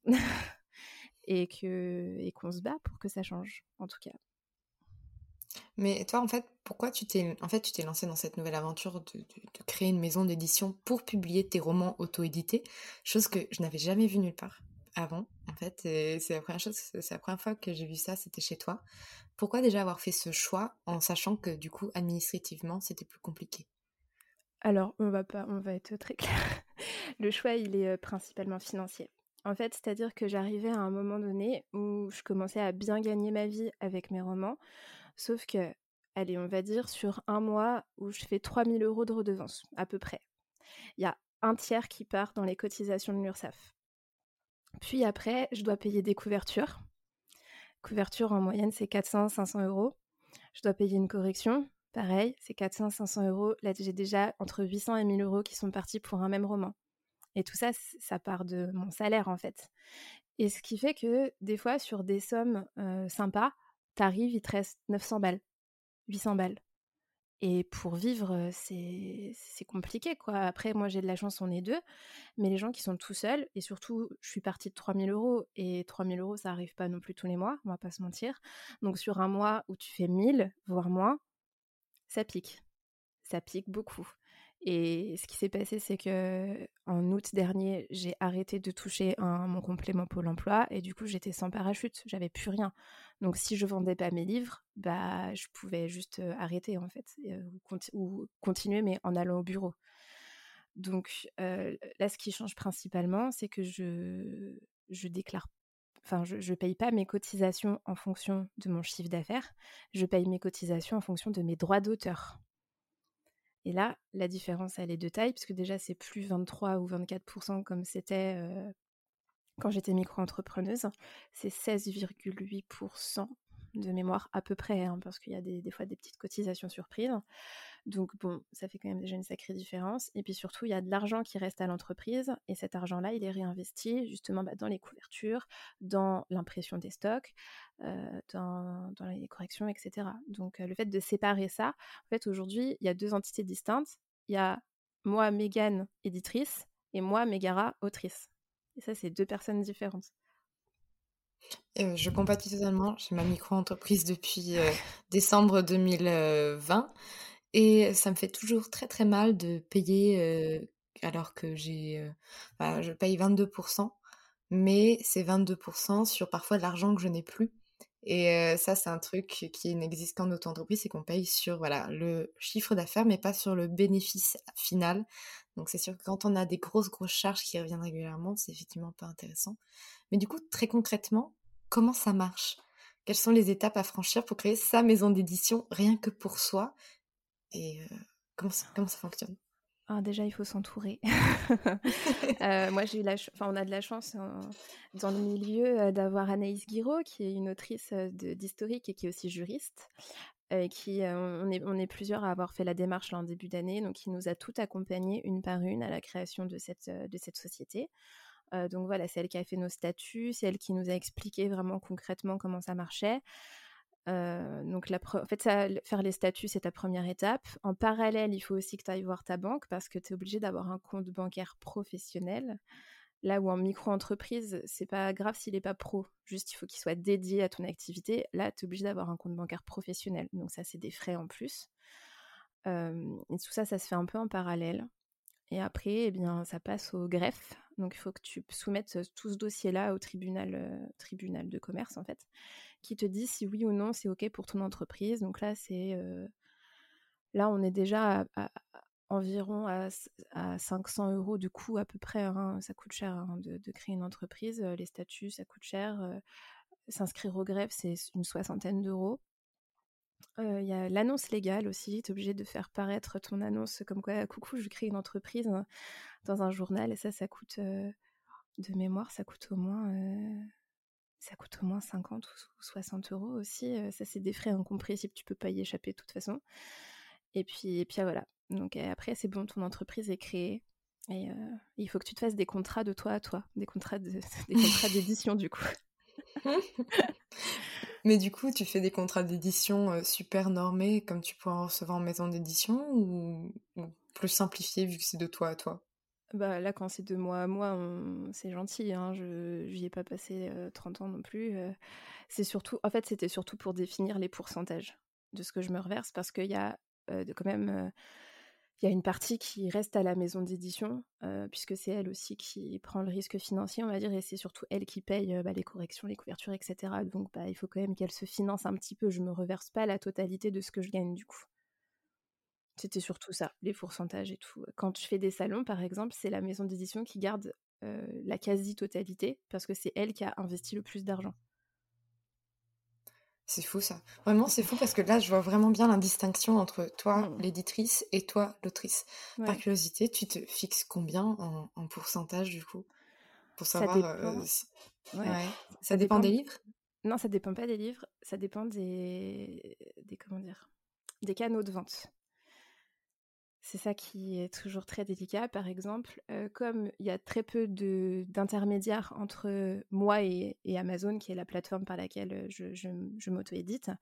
et qu'on se bat pour que ça change, en tout cas. Mais toi, en fait, pourquoi tu t'es lancée dans cette nouvelle aventure de créer une maison d'édition pour publier tes romans auto-édités, chose que je n'avais jamais vue nulle part avant, en fait, et c'est la première fois que j'ai vu ça, c'était chez toi. Pourquoi déjà avoir fait ce choix en sachant que du coup, administrativement, c'était plus compliqué? Alors, on va être très clair. Le choix, il est principalement financier. En fait, c'est-à-dire que j'arrivais à un moment donné où je commençais à bien gagner ma vie avec mes romans, sauf que, allez, on va dire sur un mois où je fais 3 000 € de redevance, à peu près. Il y a un tiers qui part dans les cotisations de l'URSSAF. Puis après, je dois payer des couvertures. Couverture, en moyenne, c'est 400-500 €. Je dois payer une correction. Pareil, c'est 400-500 €. Là, j'ai déjà entre 800 et 1 000 € qui sont partis pour un même roman. Et tout ça, ça part de mon salaire, en fait. Et ce qui fait que, des fois, sur des sommes sympas, t'arrives, il te reste 900 balles, 800 balles. Et pour vivre, c'est compliqué, quoi. Après, moi, j'ai de la chance, on est deux. Mais les gens qui sont tout seuls, et surtout, je suis partie de 3 000 €, et 3 000 € ça arrive pas non plus tous les mois, on va pas se mentir. Donc sur un mois où tu fais 1000, voire moins, ça pique. Ça pique beaucoup. Et ce qui s'est passé, c'est que en août dernier, j'ai arrêté de toucher mon complément Pôle emploi, et du coup, j'étais sans parachute, j'avais plus rien. Donc si je vendais pas mes livres, je pouvais juste arrêter, en fait, ou continuer, mais en allant au bureau. Donc là, ce qui change principalement, c'est que je déclare, enfin, je paye pas mes cotisations en fonction de mon chiffre d'affaires, je paye mes cotisations en fonction de mes droits d'auteur. Et là, la différence, elle est de taille, puisque déjà, c'est plus 23 ou 24% comme c'était quand j'étais micro-entrepreneuse. C'est 16,8% de mémoire à peu près, hein, parce qu'il y a des fois des petites cotisations surprises. Donc bon, ça fait quand même déjà une sacrée différence. Et puis surtout, il y a de l'argent qui reste à l'entreprise, et cet argent-là, il est réinvesti justement dans les couvertures, dans l'impression des stocks, dans les corrections, etc. Donc le fait de séparer ça, en fait aujourd'hui, il y a deux entités distinctes. Il y a moi, Mégane, éditrice, et moi, Mégara, autrice. Et ça, c'est deux personnes différentes. Je compatis totalement. J'ai ma micro-entreprise depuis décembre 2020, et ça me fait toujours très très mal de payer alors que je paye 22%, mais c'est 22% sur parfois de l'argent que je n'ai plus. Et ça, c'est un truc qui n'existe qu'en auto-entreprise, c'est qu'on paye sur voilà, le chiffre d'affaires, mais pas sur le bénéfice final. Donc c'est sûr que quand on a des grosses charges qui reviennent régulièrement, c'est effectivement pas intéressant. Mais du coup, très concrètement, comment ça marche? Quelles sont les étapes à franchir pour créer sa maison d'édition rien que pour soi? Et comment ça fonctionne? Déjà, il faut s'entourer. Moi, j'ai eu on a de la chance dans le milieu d'avoir Anaïs Guiraud, qui est une autrice d'historique et qui est aussi juriste. On est plusieurs à avoir fait la démarche là, en début d'année, donc qui nous a toutes accompagnées une par une à la création de cette société. Donc voilà, c'est elle qui a fait nos statuts, c'est elle qui nous a expliqué vraiment concrètement comment ça marchait. Donc en fait, faire les statuts, c'est ta première étape. En parallèle, il faut aussi que tu ailles voir ta banque parce que tu es obligé d'avoir un compte bancaire professionnel. Là où en micro-entreprise, c'est pas grave s'il n'est pas pro, juste il faut qu'il soit dédié à ton activité. Là, tu es obligé d'avoir un compte bancaire professionnel. Donc ça, c'est des frais en plus. Et tout ça, ça se fait un peu en parallèle. Et après, eh bien, ça passe au greffe. Donc, il faut que tu soumettes tout ce dossier-là au tribunal de commerce, en fait, qui te dit si oui ou non c'est OK pour ton entreprise. Donc là, on est déjà environ à 500 € du coup à peu près. Hein. Ça coûte cher de créer une entreprise. Les statuts, ça coûte cher. S'inscrire au greffe, c'est une 60aine d'euros. Il y a l'annonce légale aussi. Tu es obligé de faire paraître ton annonce comme quoi « Coucou, je crée une entreprise » dans un journal. Et ça coûte, de mémoire, ça coûte au moins 50 ou 60 € aussi. Ça, c'est des frais incompressibles. Tu peux pas y échapper de toute façon. Et puis voilà. Donc après, c'est bon, ton entreprise est créée. Et il faut que tu te fasses des contrats de toi à toi. Des contrats d'édition, du coup. Mais du coup, tu fais des contrats d'édition super normés, comme tu pourrais en recevoir en maison d'édition, ou plus simplifié vu que c'est de toi à toi? Bah, là, quand c'est de moi à moi, c'est gentil, hein. J'y ai pas passé 30 ans non plus. C'était surtout pour définir les pourcentages de ce que je me reverse, parce qu'il y a quand même il y a une partie qui reste à la maison d'édition, puisque c'est elle aussi qui prend le risque financier, on va dire, et c'est surtout elle qui paye les corrections, les couvertures, etc. Donc, il faut quand même qu'elle se finance un petit peu. Je me reverse pas la totalité de ce que je gagne, du coup. C'était surtout ça, les pourcentages et tout. Quand je fais des salons, par exemple, c'est la maison d'édition qui garde la quasi-totalité, parce que c'est elle qui a investi le plus d'argent. C'est fou ça. Vraiment, c'est fou parce que là, je vois vraiment bien la distinction entre toi, Mm. l'éditrice, et toi, l'autrice. Par Ouais. curiosité, tu te fixes combien en pourcentage du coup? Pour Ça savoir... dépend. Ouais. Ouais. Ça Ça dépend dépend. des livres? Non, ça dépend pas des livres. Ça dépend comment dire, des canaux de vente. C'est ça qui est toujours très délicat. Par exemple, comme il y a très peu d'intermédiaires entre moi et Amazon, qui est la plateforme par laquelle je m'auto-édite,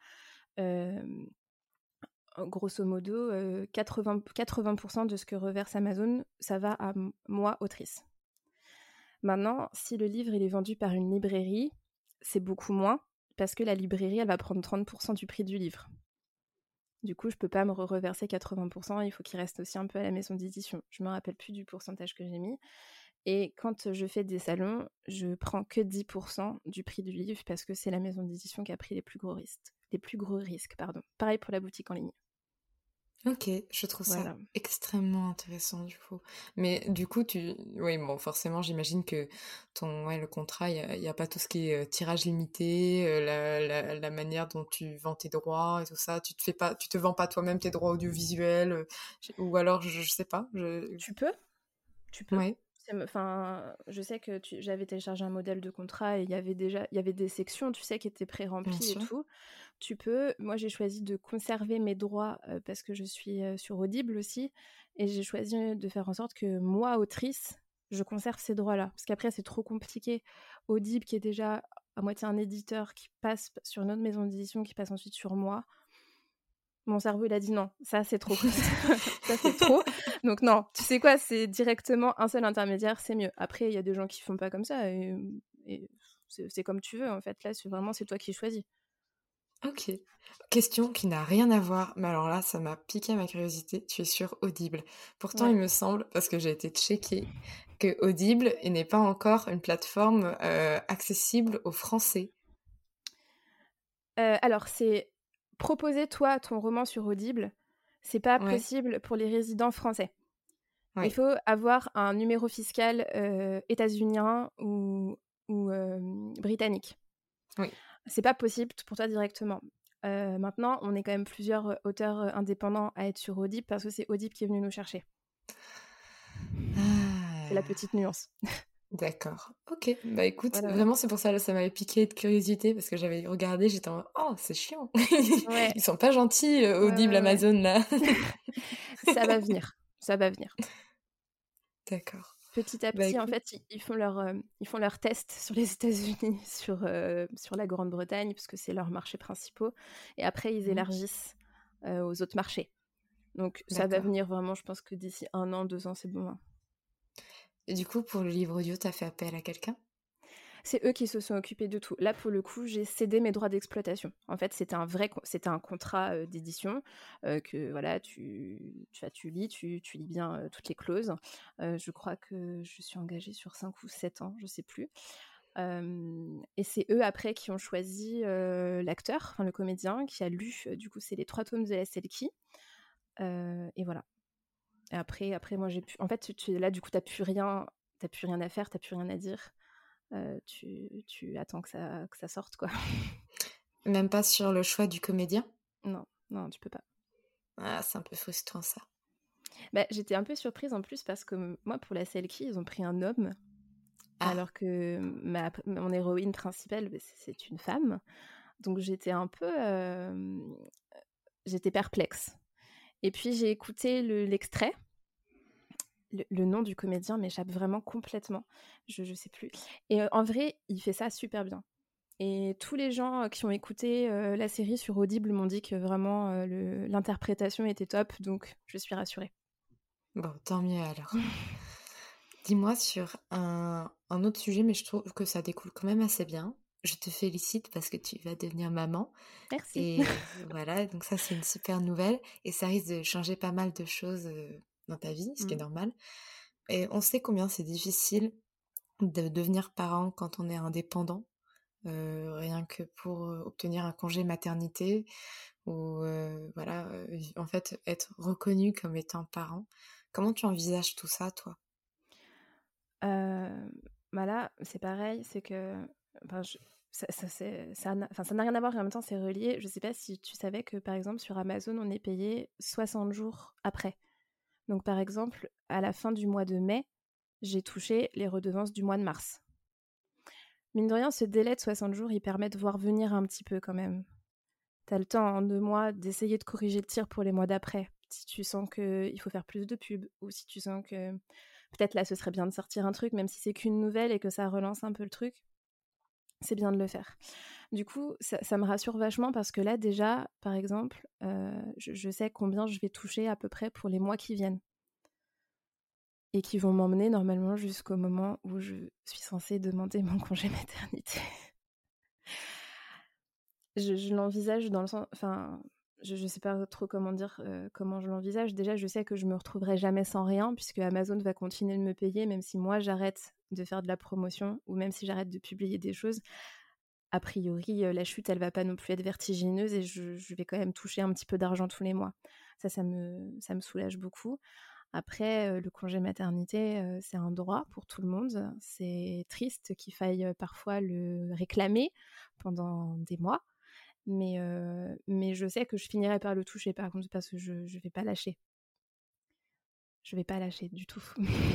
grosso modo, 80% de ce que reverse Amazon, ça va à moi, autrice. Maintenant, si le livre il est vendu par une librairie, c'est beaucoup moins, parce que la librairie, elle va prendre 30% du prix du livre. Du coup, je peux pas me reverser 80%, il faut qu'il reste aussi un peu à la maison d'édition. Je me rappelle plus du pourcentage que j'ai mis. Et quand je fais des salons, je prends que 10% du prix du livre, parce que c'est la maison d'édition qui a pris les plus gros risques. Pardon. Pareil pour la boutique en ligne. Ok, je trouve ça Voilà. extrêmement intéressant du coup. Mais du coup, oui, bon, forcément, j'imagine que le contrat, il y a pas tout ce qui est tirage limité, la manière dont tu vends tes droits et tout ça. Tu te vends pas toi-même tes droits audiovisuels, ou alors, je sais pas. Tu peux. Ouais, Enfin, je sais que j'avais téléchargé un modèle de contrat et il y avait des sections, tu sais, qui étaient bien pré-remplies et sûr. tout. Tu peux. Moi, j'ai choisi de conserver mes droits parce que je suis sur Audible aussi, et j'ai choisi de faire en sorte que moi, autrice, je conserve ces droits-là. Parce qu'après, c'est trop compliqué. Audible, qui est déjà à moitié un éditeur, qui passe sur une autre maison d'édition, qui passe ensuite sur moi. Mon cerveau, il a dit non, ça c'est trop. Ça c'est trop. Donc non, tu sais quoi, c'est directement un seul intermédiaire, c'est mieux. Après, il y a des gens qui font pas comme ça, et c'est comme tu veux en fait. Là, c'est toi qui choisis. Ok. Question qui n'a rien à voir, mais alors là, ça m'a piqué ma curiosité. Tu es sur Audible. Pourtant, il Ouais. me semble, parce que j'ai été checker, que Audible n'est pas encore une plateforme accessible aux Français. Alors, c'est proposer toi ton roman sur Audible, c'est pas Ouais, possible pour les résidents français. Il ouais, faut avoir un numéro fiscal états-unien ou britannique. oui. C'est pas possible pour toi directement. Maintenant, on est quand même plusieurs auteurs indépendants à être sur Audible, parce que c'est Audible qui est venu nous chercher. C'est la Ah, petite nuance. d'accord. OK. Bah, écoute, Voilà, voilà. vraiment, c'est pour ça, là, ça m'avait piqué de curiosité parce que j'avais regardé, j'étais en mode: «Oh, c'est chiant. Ouais, Ils sont pas gentils, ouais, Audible, ouais, ouais. Amazon, là». Ça va venir, ça va venir. D'accord. Petit à Bah, petit, en écoute, fait, ils font leurs tests sur les États-Unis, sur la Grande-Bretagne, parce que c'est leurs marchés principaux et après ils mmh, élargissent, aux autres marchés. Donc ça va d'accord. venir vraiment, je pense que d'ici 1 an, 2 ans, c'est bon, hein. Et du coup, pour le livre audio, tu as fait appel à quelqu'un? C'est eux qui se sont occupés de tout. Là, pour le coup, j'ai cédé mes droits d'exploitation. En fait, c'était un contrat, d'édition, que voilà, tu lis, tu lis bien, toutes les clauses. Je crois que je suis engagée sur 5 ou 7 ans, je sais plus. Et c'est eux après qui ont choisi, l'acteur, enfin le comédien qui a lu, du coup, c'est les 3 tomes de la Selkie, et voilà. Et après moi j'ai pu en fait, tu là, du coup, t'as plus rien à faire, t'as plus rien à dire. Tu attends que ça sorte, quoi. Même pas sur le choix du comédien? Non, non, tu peux pas. Ah, c'est un peu frustrant ça. Bah, j'étais un peu surprise en plus parce que moi, pour la Selkie, ils ont pris un homme, Ah, alors que mon héroïne principale, bah, c'est une femme. Donc j'étais un peu, j'étais perplexe. Et puis j'ai écouté l'extrait. Le nom du comédien m'échappe vraiment complètement. Je sais plus. Et en vrai, il fait ça super bien. Et tous les gens qui ont écouté la série sur Audible m'ont dit que vraiment l'interprétation était top, donc je suis rassurée. bon, tant mieux alors. Dis-moi sur un autre sujet, mais je trouve que ça découle quand même assez bien. Je te félicite parce que tu vas devenir maman Merci. et voilà, donc ça, c'est une super nouvelle et ça risque de changer pas mal de choses, dans ta vie, ce qui est Mm. normal et on sait combien c'est difficile de devenir parent quand on est indépendant, rien que pour, obtenir un congé maternité ou, voilà, en fait, être reconnu comme étant parent. Comment tu envisages tout ça, toi? Euh, Bah là, c'est pareil, c'est que enfin, ça n'a rien à voir et en même temps c'est relié. Je sais pas si tu savais que par exemple sur Amazon on est payé 60 jours après. Donc par exemple à la fin du mois de mai, j'ai touché les redevances du mois de mars. Mine de rien, ce délai de 60 jours, il permet de voir venir un petit peu quand même. T'as le temps en 2 mois d'essayer de corriger le tir pour les mois d'après. Si tu sens qu'il faut faire plus de pubs, ou si tu sens que peut-être là ce serait bien de sortir un truc, même si c'est qu'une nouvelle et que ça relance un peu le truc, c'est bien de le faire. Du coup, ça me rassure vachement parce que là déjà, par exemple, je sais combien je vais toucher à peu près pour les mois qui viennent et qui vont m'emmener normalement jusqu'au moment où je suis censée demander mon congé maternité. Je l'envisage dans le sens, enfin, je sais pas trop comment dire, comment je l'envisage. Déjà, je sais que je me retrouverai jamais sans rien puisque Amazon va continuer de me payer même si moi j'arrête de faire de la promotion ou même si j'arrête de publier des choses. A priori, la chute, elle va pas non plus être vertigineuse et je vais quand même toucher un petit peu d'argent tous les mois. Ça me soulage beaucoup. Après, le congé maternité, c'est un droit pour tout le monde. C'est triste qu'il faille, parfois le réclamer pendant des mois. Mais je sais que je finirai par le toucher par contre parce que je vais pas lâcher. Je vais pas lâcher du tout.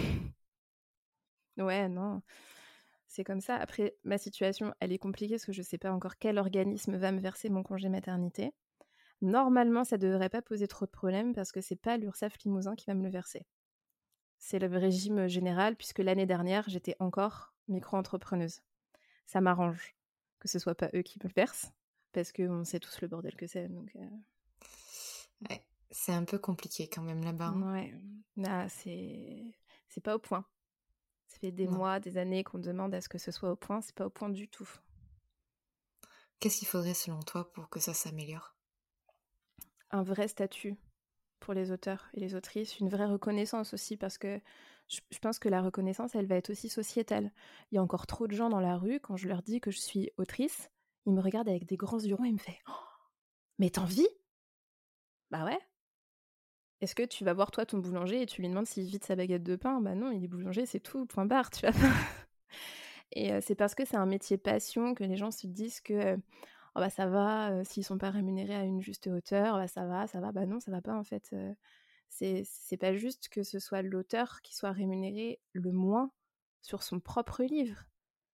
Ouais, non, c'est comme ça. Après, ma situation, elle est compliquée parce que je sais pas encore quel organisme va me verser mon congé maternité. Normalement, ça devrait pas poser trop de problèmes parce que c'est pas l'URSSAF Limousin qui va me le verser. C'est le régime général puisque l'année dernière, j'étais encore micro-entrepreneuse. Ça m'arrange que ce soit pas eux qui me le versent parce qu'on sait tous le bordel que c'est. Donc, Ouais, c'est un peu compliqué quand même là-bas, hein? ouais, ah, c'est pas au point. Ça fait des Non. mois, des années qu'on demande à ce que ce soit au point, c'est pas au point du tout. Qu'est-ce qu'il faudrait selon toi pour que ça s'améliore? Un vrai statut pour les auteurs et les autrices, une vraie reconnaissance aussi, parce que je pense que la reconnaissance, elle va être aussi sociétale. Il y a encore trop de gens dans la rue, quand je leur dis que je suis autrice, ils me regardent avec des grands yeux ronds et ils me font «Oh, mais t'en vis?» Bah ouais. Est-ce que tu vas voir toi ton boulanger et tu lui demandes s'il vide sa baguette de pain? Bah non, il est boulanger, c'est tout, point barre, tu vois. Et c'est parce que c'est un métier passion que les gens se disent que oh bah ça va, s'ils sont pas rémunérés à une juste hauteur, bah ça va, ça va. Bah non, ça va pas en fait. C'est pas juste que ce soit l'auteur qui soit rémunéré le moins sur son propre livre.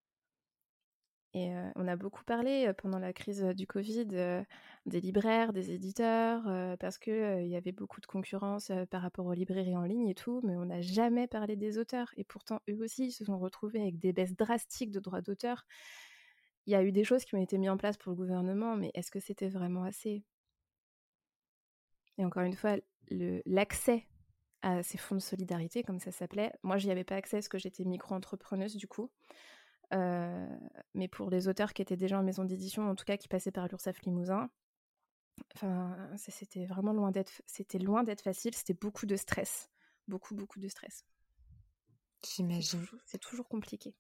Et on a beaucoup parlé pendant la crise du Covid des libraires, des éditeurs, parce qu'il y avait beaucoup de concurrence par rapport aux librairies en ligne et tout, mais on n'a jamais parlé des auteurs. Et pourtant, eux aussi, ils se sont retrouvés avec des baisses drastiques de droits d'auteur. Il y a eu des choses qui ont été mises en place pour le gouvernement, mais est-ce que c'était vraiment assez ? Et encore une fois, l'accès à ces fonds de solidarité, comme ça s'appelait, moi, j'y avais pas accès parce que j'étais micro-entrepreneuse du coup. Mais pour les auteurs qui étaient déjà en maison d'édition, en tout cas qui passaient par l'Ursaf Limousin, c'était vraiment loin d'être facile. C'était beaucoup de stress, beaucoup de stress. J'imagine. C'est toujours compliqué.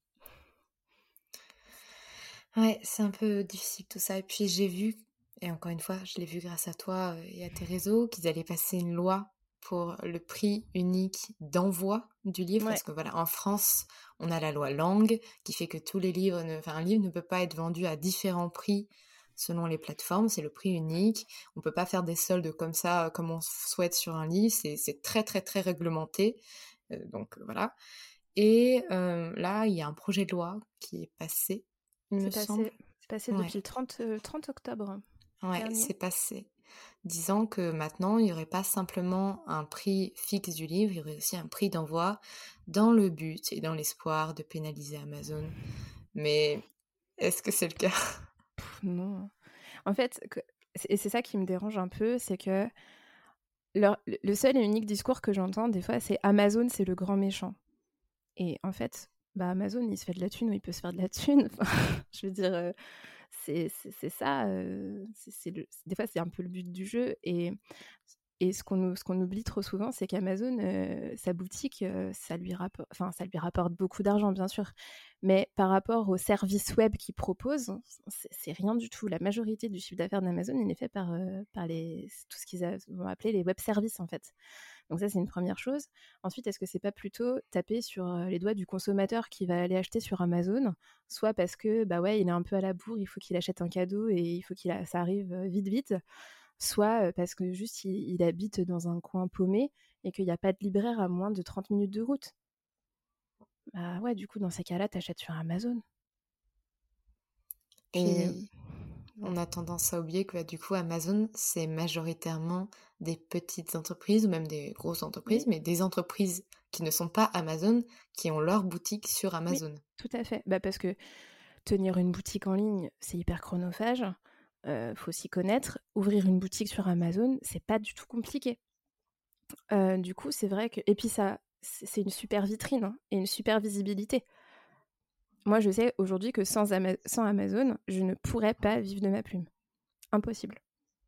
Ouais, c'est un peu difficile tout ça. Et puis j'ai vu, et encore une fois, je l'ai vu grâce à toi et à tes réseaux, qu'ils allaient passer une loi pour le prix unique d'envoi du livre, Ouais. parce que voilà, en France, on a la loi Langue qui fait que tous les livres, un livre ne peut pas être vendu à différents prix selon les plateformes, c'est le prix unique. On peut pas faire des soldes comme ça, comme on souhaite sur un livre, c'est très très très réglementé. Donc voilà. Et là, il y a un projet de loi qui est passé, il me semble. C'est passé Ouais. depuis le 30 octobre. Ouais, dernier. c'est passé. Disant que maintenant, il n'y aurait pas simplement un prix fixe du livre, il y aurait aussi un prix d'envoi dans le but et dans l'espoir de pénaliser Amazon. Mais est-ce que c'est le cas ? Non. En fait, et c'est ça qui me dérange un peu, c'est que le seul et unique discours que j'entends des fois, c'est Amazon, c'est le grand méchant. Et en fait, Amazon, il se fait de la thune ou il peut se faire de la thune. Je veux dire, c'est ça. Des fois, c'est un peu le but du jeu. Et ce qu'on oublie trop souvent, c'est qu'Amazon, sa boutique, ça lui rapporte beaucoup d'argent, bien sûr. Mais par rapport au service web qu'il propose, c'est rien du tout. La majorité du chiffre d'affaires d'Amazon, il est fait par tout ce qu'ils vont appeler les web services, en fait. Donc ça, c'est une première chose. Ensuite, est-ce que c'est pas plutôt taper sur les doigts du consommateur qui va aller acheter sur Amazon, soit parce que, il est un peu à la bourre, il faut qu'il achète un cadeau et il faut ça arrive vite, soit parce que juste il habite dans un coin paumé et qu'il n'y a pas de libraire à moins de 30 minutes de route. Du coup, dans ces cas-là, t'achètes sur Amazon. Puis, on a tendance à oublier que du coup, Amazon, c'est majoritairement des petites entreprises ou même des grosses entreprises, mais des entreprises qui ne sont pas Amazon, qui ont leur boutique sur Amazon. Oui, tout à fait. Parce que tenir une boutique en ligne, c'est hyper chronophage. Faut s'y connaître. Ouvrir une boutique sur Amazon, c'est pas du tout compliqué. Du coup, c'est vrai que... Et puis ça, c'est une super vitrine et une super visibilité. Moi, je sais aujourd'hui que sans Amazon, je ne pourrais pas vivre de ma plume. Impossible.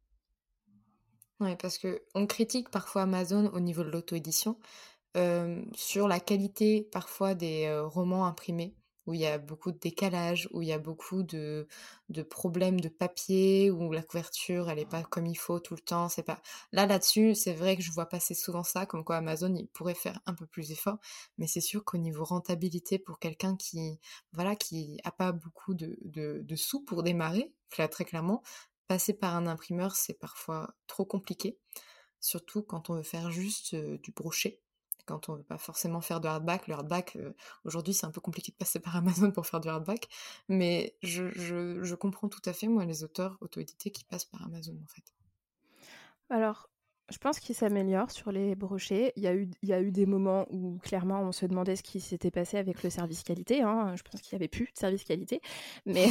Oui, parce qu'on critique parfois Amazon au niveau de l'auto-édition, sur la qualité parfois des romans imprimés, où il y a beaucoup de décalage, où il y a beaucoup de problèmes de papier, où la couverture, elle n'est pas comme il faut tout le temps. C'est pas... Là-dessus, c'est vrai que je vois passer souvent ça, comme quoi Amazon, il pourrait faire un peu plus d'efforts, mais c'est sûr qu'au niveau rentabilité, pour quelqu'un qui a pas beaucoup de sous pour démarrer, très clairement, passer par un imprimeur, c'est parfois trop compliqué, surtout quand on veut faire juste du brochet. Quand on veut pas forcément faire de hardback. Le hardback, aujourd'hui, c'est un peu compliqué de passer par Amazon pour faire du hardback, mais je comprends tout à fait, moi, les auteurs auto-édités qui passent par Amazon, en fait. Alors, je pense qu'il s'améliore sur les brochets. Il y a eu des moments où, clairement, on se demandait ce qui s'était passé avec le service qualité. Hein. Je pense qu'il n'y avait plus de service qualité, mais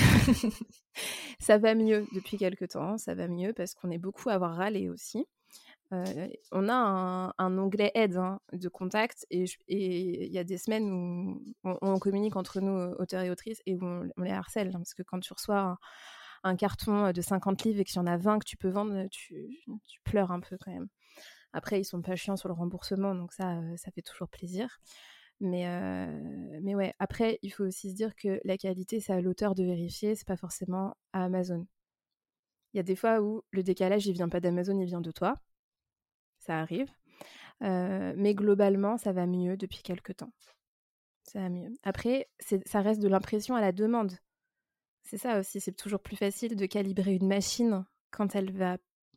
ça va mieux depuis quelques temps. Ça va mieux parce qu'on est beaucoup à avoir râlé aussi. On a un onglet aide de contact et il y a des semaines où on communique entre nous, auteurs et autrices, et où on les harcèle, parce que quand tu reçois un carton de 50 livres et qu'il y en a 20 que tu peux vendre, tu pleures un peu quand même. Après, ils sont pas chiants sur le remboursement, donc ça fait toujours plaisir. Mais ouais, après, il faut aussi se dire que la qualité, c'est à l'auteur de vérifier, c'est pas forcément à Amazon. Il y a des fois où le décalage, il vient pas d'Amazon, il vient de toi. Ça arrive. Mais globalement, ça va mieux depuis quelques temps. Ça va mieux. Après, ça reste de l'impression à la demande. C'est ça aussi, c'est toujours plus facile de calibrer une machine quand elle va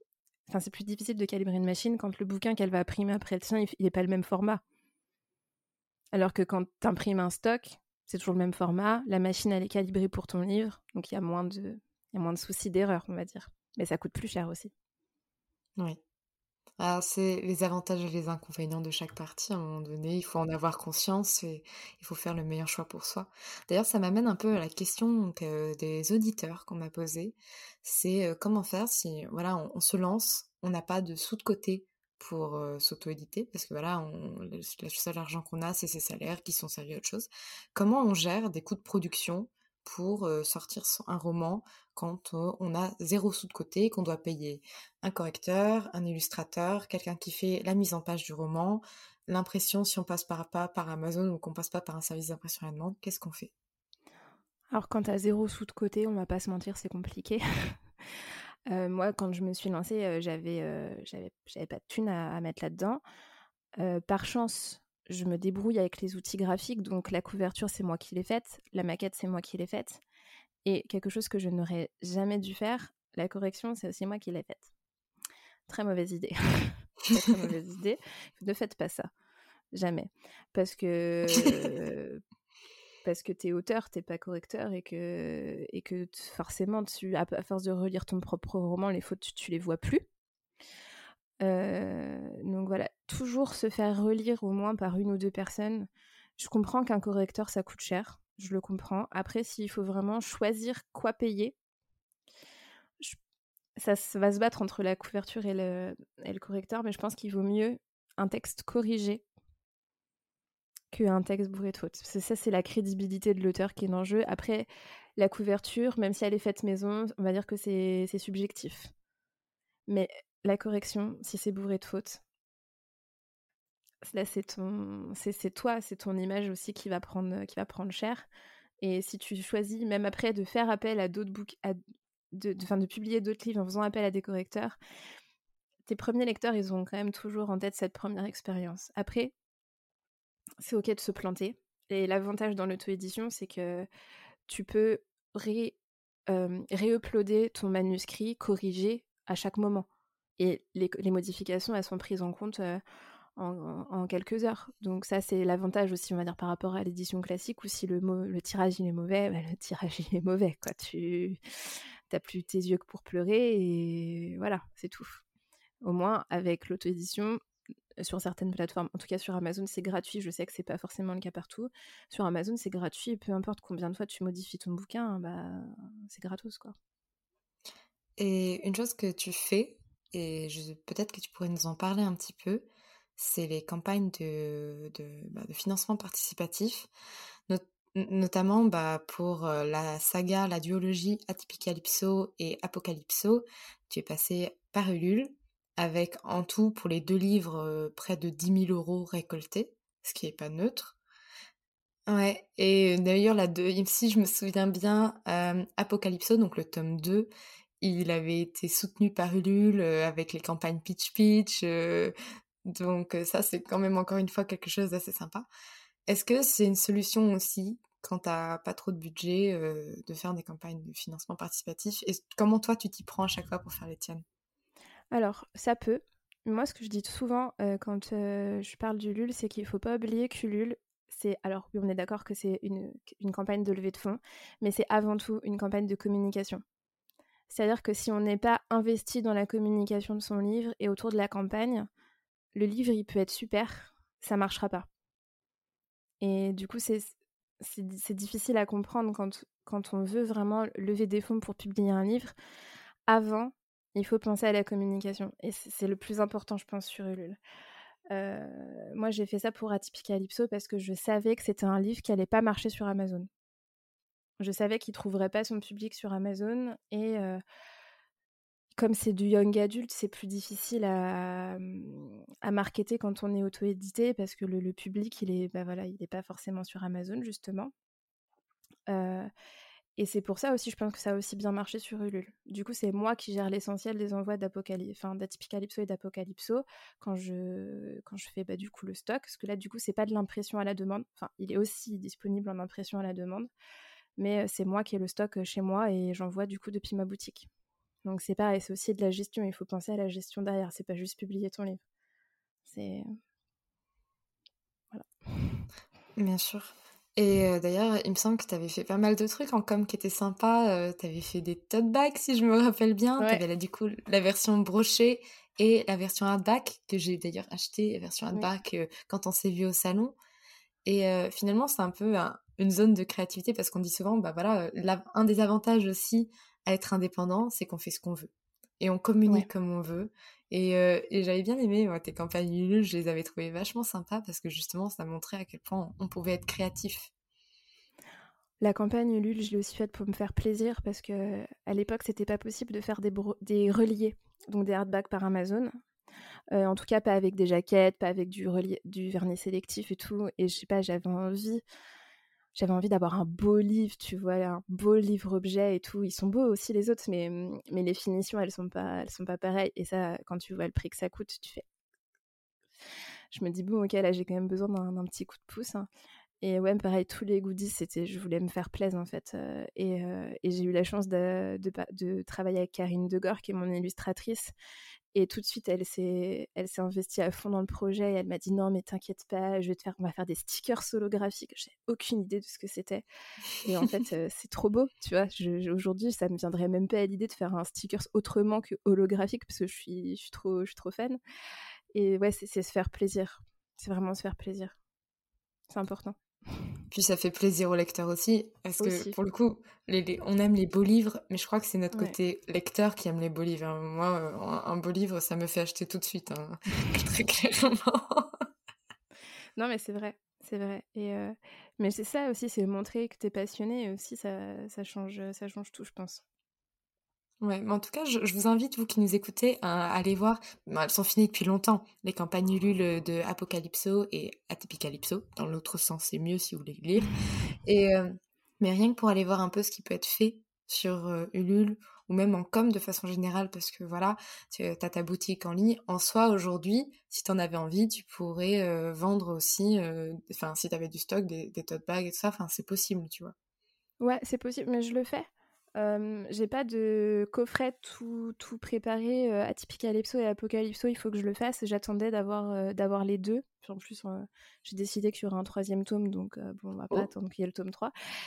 Enfin, c'est plus difficile de calibrer une machine quand le bouquin qu'elle va imprimer après le tien, il n'est pas le même format. Alors que quand tu imprimes un stock, c'est toujours le même format. La machine, elle est calibrée pour ton livre. Donc, il y a moins de soucis d'erreur, on va dire. Mais ça coûte plus cher aussi. Oui. Alors, c'est les avantages et les inconvénients de chaque partie. À un moment donné, il faut en avoir conscience et il faut faire le meilleur choix pour soi. D'ailleurs, ça m'amène un peu à la question des auditeurs qu'on m'a posée. C'est comment faire si voilà, on se lance, on n'a pas de sous de côté pour s'auto-éditer, parce que voilà, le seul argent qu'on a, c'est ses salaires qui sont servis à autre chose. Comment on gère des coûts de production pour sortir un roman quand on a 0 sous de côté, qu'on doit payer un correcteur, un illustrateur, quelqu'un qui fait la mise en page du roman, l'impression si on passe pas par Amazon ou qu'on passe pas par un service d'impression à la demande, qu'est-ce qu'on fait? Alors, quand tu as 0 sous de côté, on va pas se mentir, c'est compliqué. Moi, quand je me suis lancée, j'avais pas de thunes à mettre là-dedans. Par chance, je me débrouille avec les outils graphiques, donc la couverture, c'est moi qui l'ai faite, la maquette, c'est moi qui l'ai faite. Et quelque chose que je n'aurais jamais dû faire, la correction, c'est aussi moi qui l'ai faite. Très mauvaise idée. Très mauvaise idée. Ne faites pas ça. Jamais. Parce que t'es auteur, t'es pas correcteur et que forcément, à force de relire ton propre roman, les fautes, tu les vois plus. Donc voilà, toujours se faire relire au moins par 1 ou 2 personnes. Je comprends qu'un correcteur, ça coûte cher. Je le comprends. Après, s'il faut vraiment choisir quoi payer, ça va se battre entre la couverture et le correcteur, mais je pense qu'il vaut mieux un texte corrigé qu'un texte bourré de fautes. Ça, c'est la crédibilité de l'auteur qui est en jeu. Après, la couverture, même si elle est faite maison, on va dire que c'est subjectif. Mais la correction, si c'est bourré de fautes, là, c'est toi, c'est ton image aussi qui va prendre cher. Et si tu choisis, même après, de faire appel à d'autres de publier d'autres livres en faisant appel à des correcteurs, tes premiers lecteurs, ils ont quand même toujours en tête cette première expérience. Après, c'est ok de se planter. Et l'avantage dans l'auto-édition, c'est que tu peux réuploader ton manuscrit corrigé à chaque moment. Et les modifications, elles sont prises en compte en quelques heures. Donc ça, c'est l'avantage aussi, on va dire, par rapport à l'édition classique, où si le tirage, il est mauvais, bah, le tirage, il est mauvais, quoi. Tu n'as plus tes yeux que pour pleurer, et voilà, c'est tout. Au moins, avec l'auto-édition, sur certaines plateformes, en tout cas sur Amazon, c'est gratuit. Je sais que c'est pas forcément le cas partout. Sur Amazon, c'est gratuit, et peu importe combien de fois tu modifies ton bouquin, bah, c'est gratos, quoi. Et une chose que tu fais, et peut-être que tu pourrais nous en parler un petit peu, c'est les campagnes de financement participatif, notamment pour la saga, la duologie Atypicalypso et Apocalypso. Tu es passé par Ulule, avec en tout pour les 2 livres près de 10 000 € récoltés, ce qui est pas neutre. Ouais, et d'ailleurs, si je me souviens bien, Apocalypso, donc le tome 2, il avait été soutenu par Ulule avec les campagnes Pitch Pitch, donc ça, c'est quand même encore une fois quelque chose d'assez sympa. Est-ce que c'est une solution aussi, quand t'as pas trop de budget, de faire des campagnes de financement participatif? Et comment toi, tu t'y prends à chaque fois pour faire les tiennes? Alors, ça peut. Moi, ce que je dis souvent quand je parle d'Ulule, c'est qu'il ne faut pas oublier qu'Ulule, alors oui, on est d'accord que c'est une campagne de levée de fonds, mais c'est avant tout une campagne de communication. C'est-à-dire que si on n'est pas investi dans la communication de son livre et autour de la campagne, le livre, il peut être super, ça ne marchera pas. Et du coup, c'est difficile à comprendre quand on veut vraiment lever des fonds pour publier un livre. Avant, il faut penser à la communication. Et c'est le plus important, je pense, sur Ulule. Moi, j'ai fait ça pour Atypicalypso parce que je savais que c'était un livre qui n'allait pas marcher sur Amazon. Je savais qu'il ne trouverait pas son public sur Amazon. Et comme c'est du young adult, c'est plus difficile à marketer quand on est auto-édité parce que le public, il est pas forcément sur Amazon, justement. Et c'est pour ça aussi, je pense que ça a aussi bien marché sur Ulule. Du coup, c'est moi qui gère l'essentiel des envois d'Atypicalypso et d'Apocalypso quand je fais du coup le stock. Parce que là, du coup, c'est pas de l'impression à la demande. Enfin, il est aussi disponible en impression à la demande. Mais c'est moi qui ai le stock chez moi et j'envoie du coup depuis ma boutique. Donc c'est pareil, c'est aussi de la gestion. Il faut penser à la gestion derrière. C'est pas juste publier ton livre. C'est... Voilà. Bien sûr. Et d'ailleurs, il me semble que tu avais fait pas mal de trucs en com qui étaient sympas. Tu avais fait des tote bags, si je me rappelle bien. Tu Ouais, avais là, du coup, la version brochée et la version hardback, que j'ai d'ailleurs acheté, la version oui, hardback, quand on s'est vu au salon. Et finalement, c'est un peu une zone de créativité parce qu'on dit souvent, bah voilà, un des avantages aussi à être indépendant, c'est qu'on fait ce qu'on veut. Et on ouais. communique comme on veut. Et j'avais bien aimé tes campagnes Ulule, je les avais trouvées vachement sympas parce que justement, ça montrait à quel point on pouvait être créatif. La campagne Ulule, je l'ai aussi faite pour me faire plaisir parce que à l'époque, c'était pas possible de faire des reliés, donc des hardbacks par Amazon. En tout cas, pas avec des jaquettes, pas avec du vernis sélectif et tout. Et je sais pas, j'avais envie d'avoir un beau livre, tu vois, un beau livre-objet et tout. Ils sont beaux aussi les autres, mais les finitions, elles sont pas pareilles. Et ça, quand tu vois le prix que ça coûte, tu fais... Je me dis, bon, ok, là, j'ai quand même besoin d'un petit coup de pouce, hein. Et ouais, pareil, tous les goodies, je voulais me faire plaisir en fait. Et j'ai eu la chance de travailler avec Karine Degor, qui est mon illustratrice. Et tout de suite, elle s'est investie à fond dans le projet. Et elle m'a dit non, mais t'inquiète pas, on va faire des stickers holographiques. J'ai aucune idée de ce que c'était. Et en fait, c'est trop beau, tu vois. Aujourd'hui, ça me viendrait même pas à l'idée de faire un stickers autrement que holographique parce que je suis trop fan. Et ouais, c'est se faire plaisir. C'est vraiment se faire plaisir. C'est important. Puis ça fait plaisir au lecteur aussi, parce que Aussi. pour le coup, on aime les beaux livres, mais je crois que c'est notre Ouais. côté lecteur qui aime les beaux livres, hein. Moi, un beau livre, ça me fait acheter tout de suite, hein, très clairement. Non, mais c'est vrai, c'est vrai. Mais c'est ça aussi, c'est montrer que t'es passionné, et aussi ça change tout, je pense. Ouais, mais en tout cas, je vous invite, vous qui nous écoutez, à aller voir. Bon, elles sont finies depuis longtemps, les campagnes Ulule de Apocalypso et Atypicalypso. Dans l'autre sens, c'est mieux si vous voulez lire. Et, mais rien que pour aller voir un peu ce qui peut être fait sur Ulule, ou même en com de façon générale, parce que voilà, tu as ta boutique en ligne. En soi, aujourd'hui, si tu en avais envie, tu pourrais vendre aussi, enfin, si tu avais du stock, des tote bags et tout ça, enfin, c'est possible, tu vois. Ouais, c'est possible, mais je le fais. J'ai pas de coffret tout préparé. Atypicalypso et Apocalypso, il faut que je le fasse. J'attendais d'avoir les deux. Puis en plus, j'ai décidé qu'il y aurait un troisième tome, donc bon, on va pas Oh. attendre qu'il y ait le tome 3.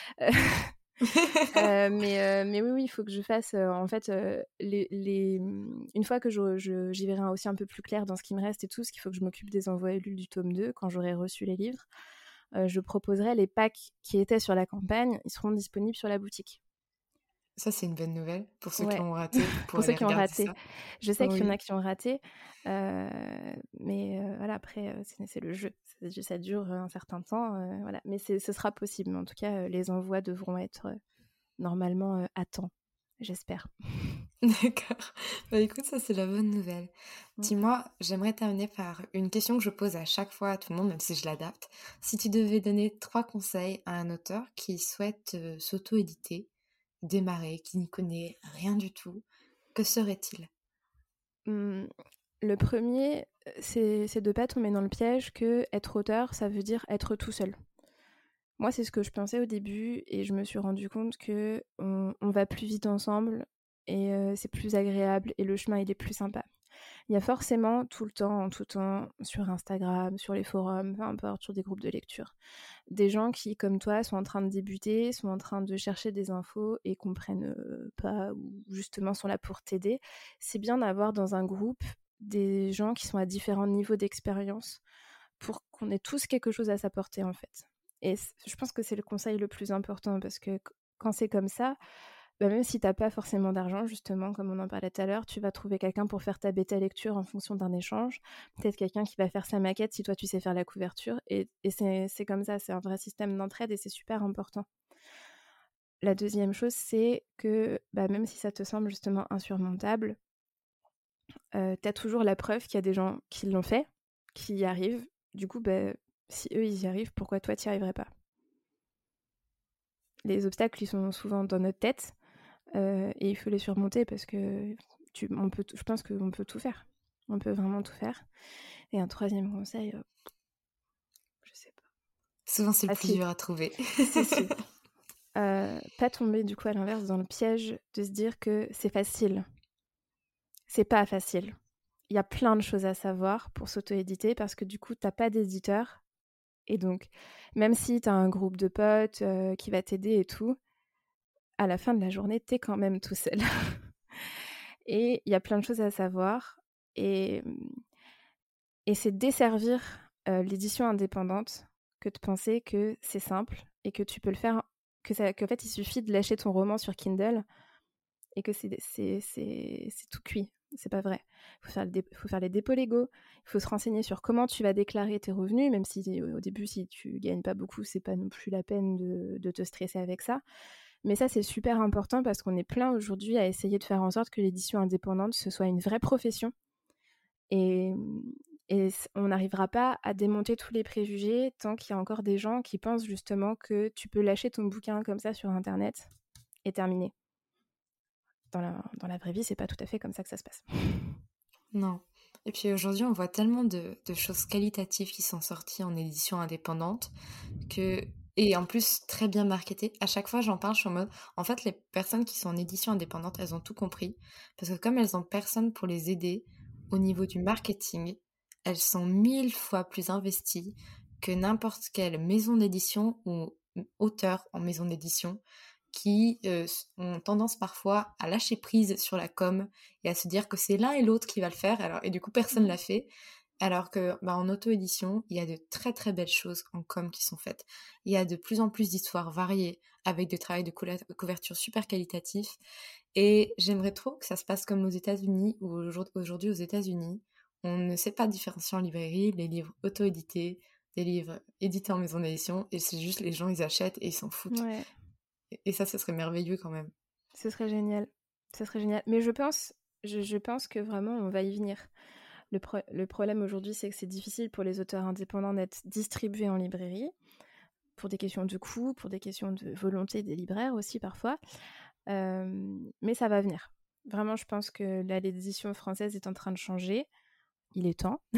Mais oui, il faut que je fasse. En fait, une fois que j'y verrai aussi un peu plus clair dans ce qui me reste et tout, ce qu'il faut que je m'occupe des envois Ulule du tome 2 quand j'aurai reçu les livres. Je proposerai les packs qui étaient sur la campagne, ils seront disponibles sur la boutique. Ça, c'est une bonne nouvelle pour ceux qui Ouais, l'ont raté, pour pour ceux aller qui ont regarder raté. ça. Je sais qu'il y en a Oui. qui ont raté, mais voilà, après, c'est le jeu. Ça dure un certain temps, voilà. Mais ce sera possible. Mais en tout cas, les envois devront être normalement à temps, j'espère. D'accord. Bah écoute, ça c'est la bonne nouvelle. Mm. Dis-moi, j'aimerais terminer par une question que je pose à chaque fois à tout le monde, même si je l'adapte. Si tu devais donner 3 conseils à un auteur qui souhaite s'auto-éditer, démarrer, qui n'y connaît rien du tout, que serait-il? Mm. Le premier, c'est de pas tomber dans le piège que être auteur, ça veut dire être tout seul. Moi, c'est ce que je pensais au début et je me suis rendu compte que on va plus vite ensemble et c'est plus agréable et le chemin, il est plus sympa. Il y a forcément tout le temps, en tout temps, sur Instagram, sur les forums, peu importe, sur des groupes de lecture, des gens qui, comme toi, sont en train de débuter, sont en train de chercher des infos et comprennent pas ou justement sont là pour t'aider. C'est bien d'avoir dans un groupe des gens qui sont à différents niveaux d'expérience pour qu'on ait tous quelque chose à s'apporter en fait. Et je pense que c'est le conseil le plus important parce que quand c'est comme ça, bah même si t'as pas forcément d'argent, justement, comme on en parlait tout à l'heure, tu vas trouver quelqu'un pour faire ta bêta lecture en fonction d'un échange. Peut-être quelqu'un qui va faire sa maquette si toi tu sais faire la couverture. Et c'est comme ça, c'est un vrai système d'entraide et c'est super important. La deuxième chose, c'est que bah, même si ça te semble justement insurmontable, t'as toujours la preuve qu'il y a des gens qui l'ont fait, qui y arrivent. Du coup, bah, si eux ils y arrivent, pourquoi toi tu n'y arriverais pas? Les obstacles, ils sont souvent dans notre tête. Et il faut les surmonter parce que je pense qu'on peut tout faire. On peut vraiment tout faire. Et un troisième conseil, je sais pas. Souvent, c'est le Ah plus si, dur à trouver. si. Pas tomber du coup à l'inverse dans le piège de se dire que c'est facile. c'est pas facile. Il y a plein de choses à savoir pour s'auto-éditer parce que du coup, t'as pas d'éditeur. Et donc, même si t'as un groupe de potes qui va t'aider et tout, à la fin de la journée, t'es quand même tout seul. Et il y a plein de choses à savoir. Et, et c'est desservir l'édition indépendante que de penser que c'est simple et que tu peux le faire, qu'en fait, il suffit de lâcher ton roman sur Kindle et que c'est tout cuit. C'est pas vrai. Il faut faire les dépôts légaux, il faut se renseigner sur comment tu vas déclarer tes revenus, même si au début, si tu gagnes pas beaucoup, c'est pas non plus la peine de te stresser avec ça. Mais ça, c'est super important parce qu'on est plein aujourd'hui à essayer de faire en sorte que l'édition indépendante, ce soit une vraie profession. Et, et on n'arrivera pas à démonter tous les préjugés tant qu'il y a encore des gens qui pensent justement que tu peux lâcher ton bouquin comme ça sur Internet et terminer. Dans la vraie vie, c'est pas tout à fait comme ça que ça se passe. Non. Et puis aujourd'hui, on voit tellement de choses qualitatives qui sont sorties en édition indépendante et en plus très bien marketées. À chaque fois, j'en parle, je suis en mode, en fait, les personnes qui sont en édition indépendante, elles ont tout compris. Parce que comme elles ont personne pour les aider au niveau du marketing, elles sont 1000 fois plus investies que n'importe quelle maison d'édition ou auteur en maison d'édition qui ont tendance parfois à lâcher prise sur la com et à se dire que c'est l'un et l'autre qui va le faire, et du coup personne l'a fait, alors que en auto-édition, il y a de très très belles choses en com qui sont faites. Il y a de plus en plus d'histoires variées, avec des travails de couverture super qualitatifs, et j'aimerais trop que ça se passe comme aux États-Unis, où aujourd'hui aux États-Unis, on ne sait pas différencier en librairie les livres auto-édités des livres édités en maison d'édition, et c'est juste les gens ils achètent et ils s'en foutent. Ouais. Et ça, ce serait merveilleux quand même. Ce serait génial. Ce serait génial. Mais je pense que vraiment, on va y venir. Le problème aujourd'hui, c'est que c'est difficile pour les auteurs indépendants d'être distribués en librairie, pour des questions de coût, pour des questions de volonté des libraires aussi parfois. Mais ça va venir. Vraiment, je pense que là, l'édition française est en train de changer. Il est temps.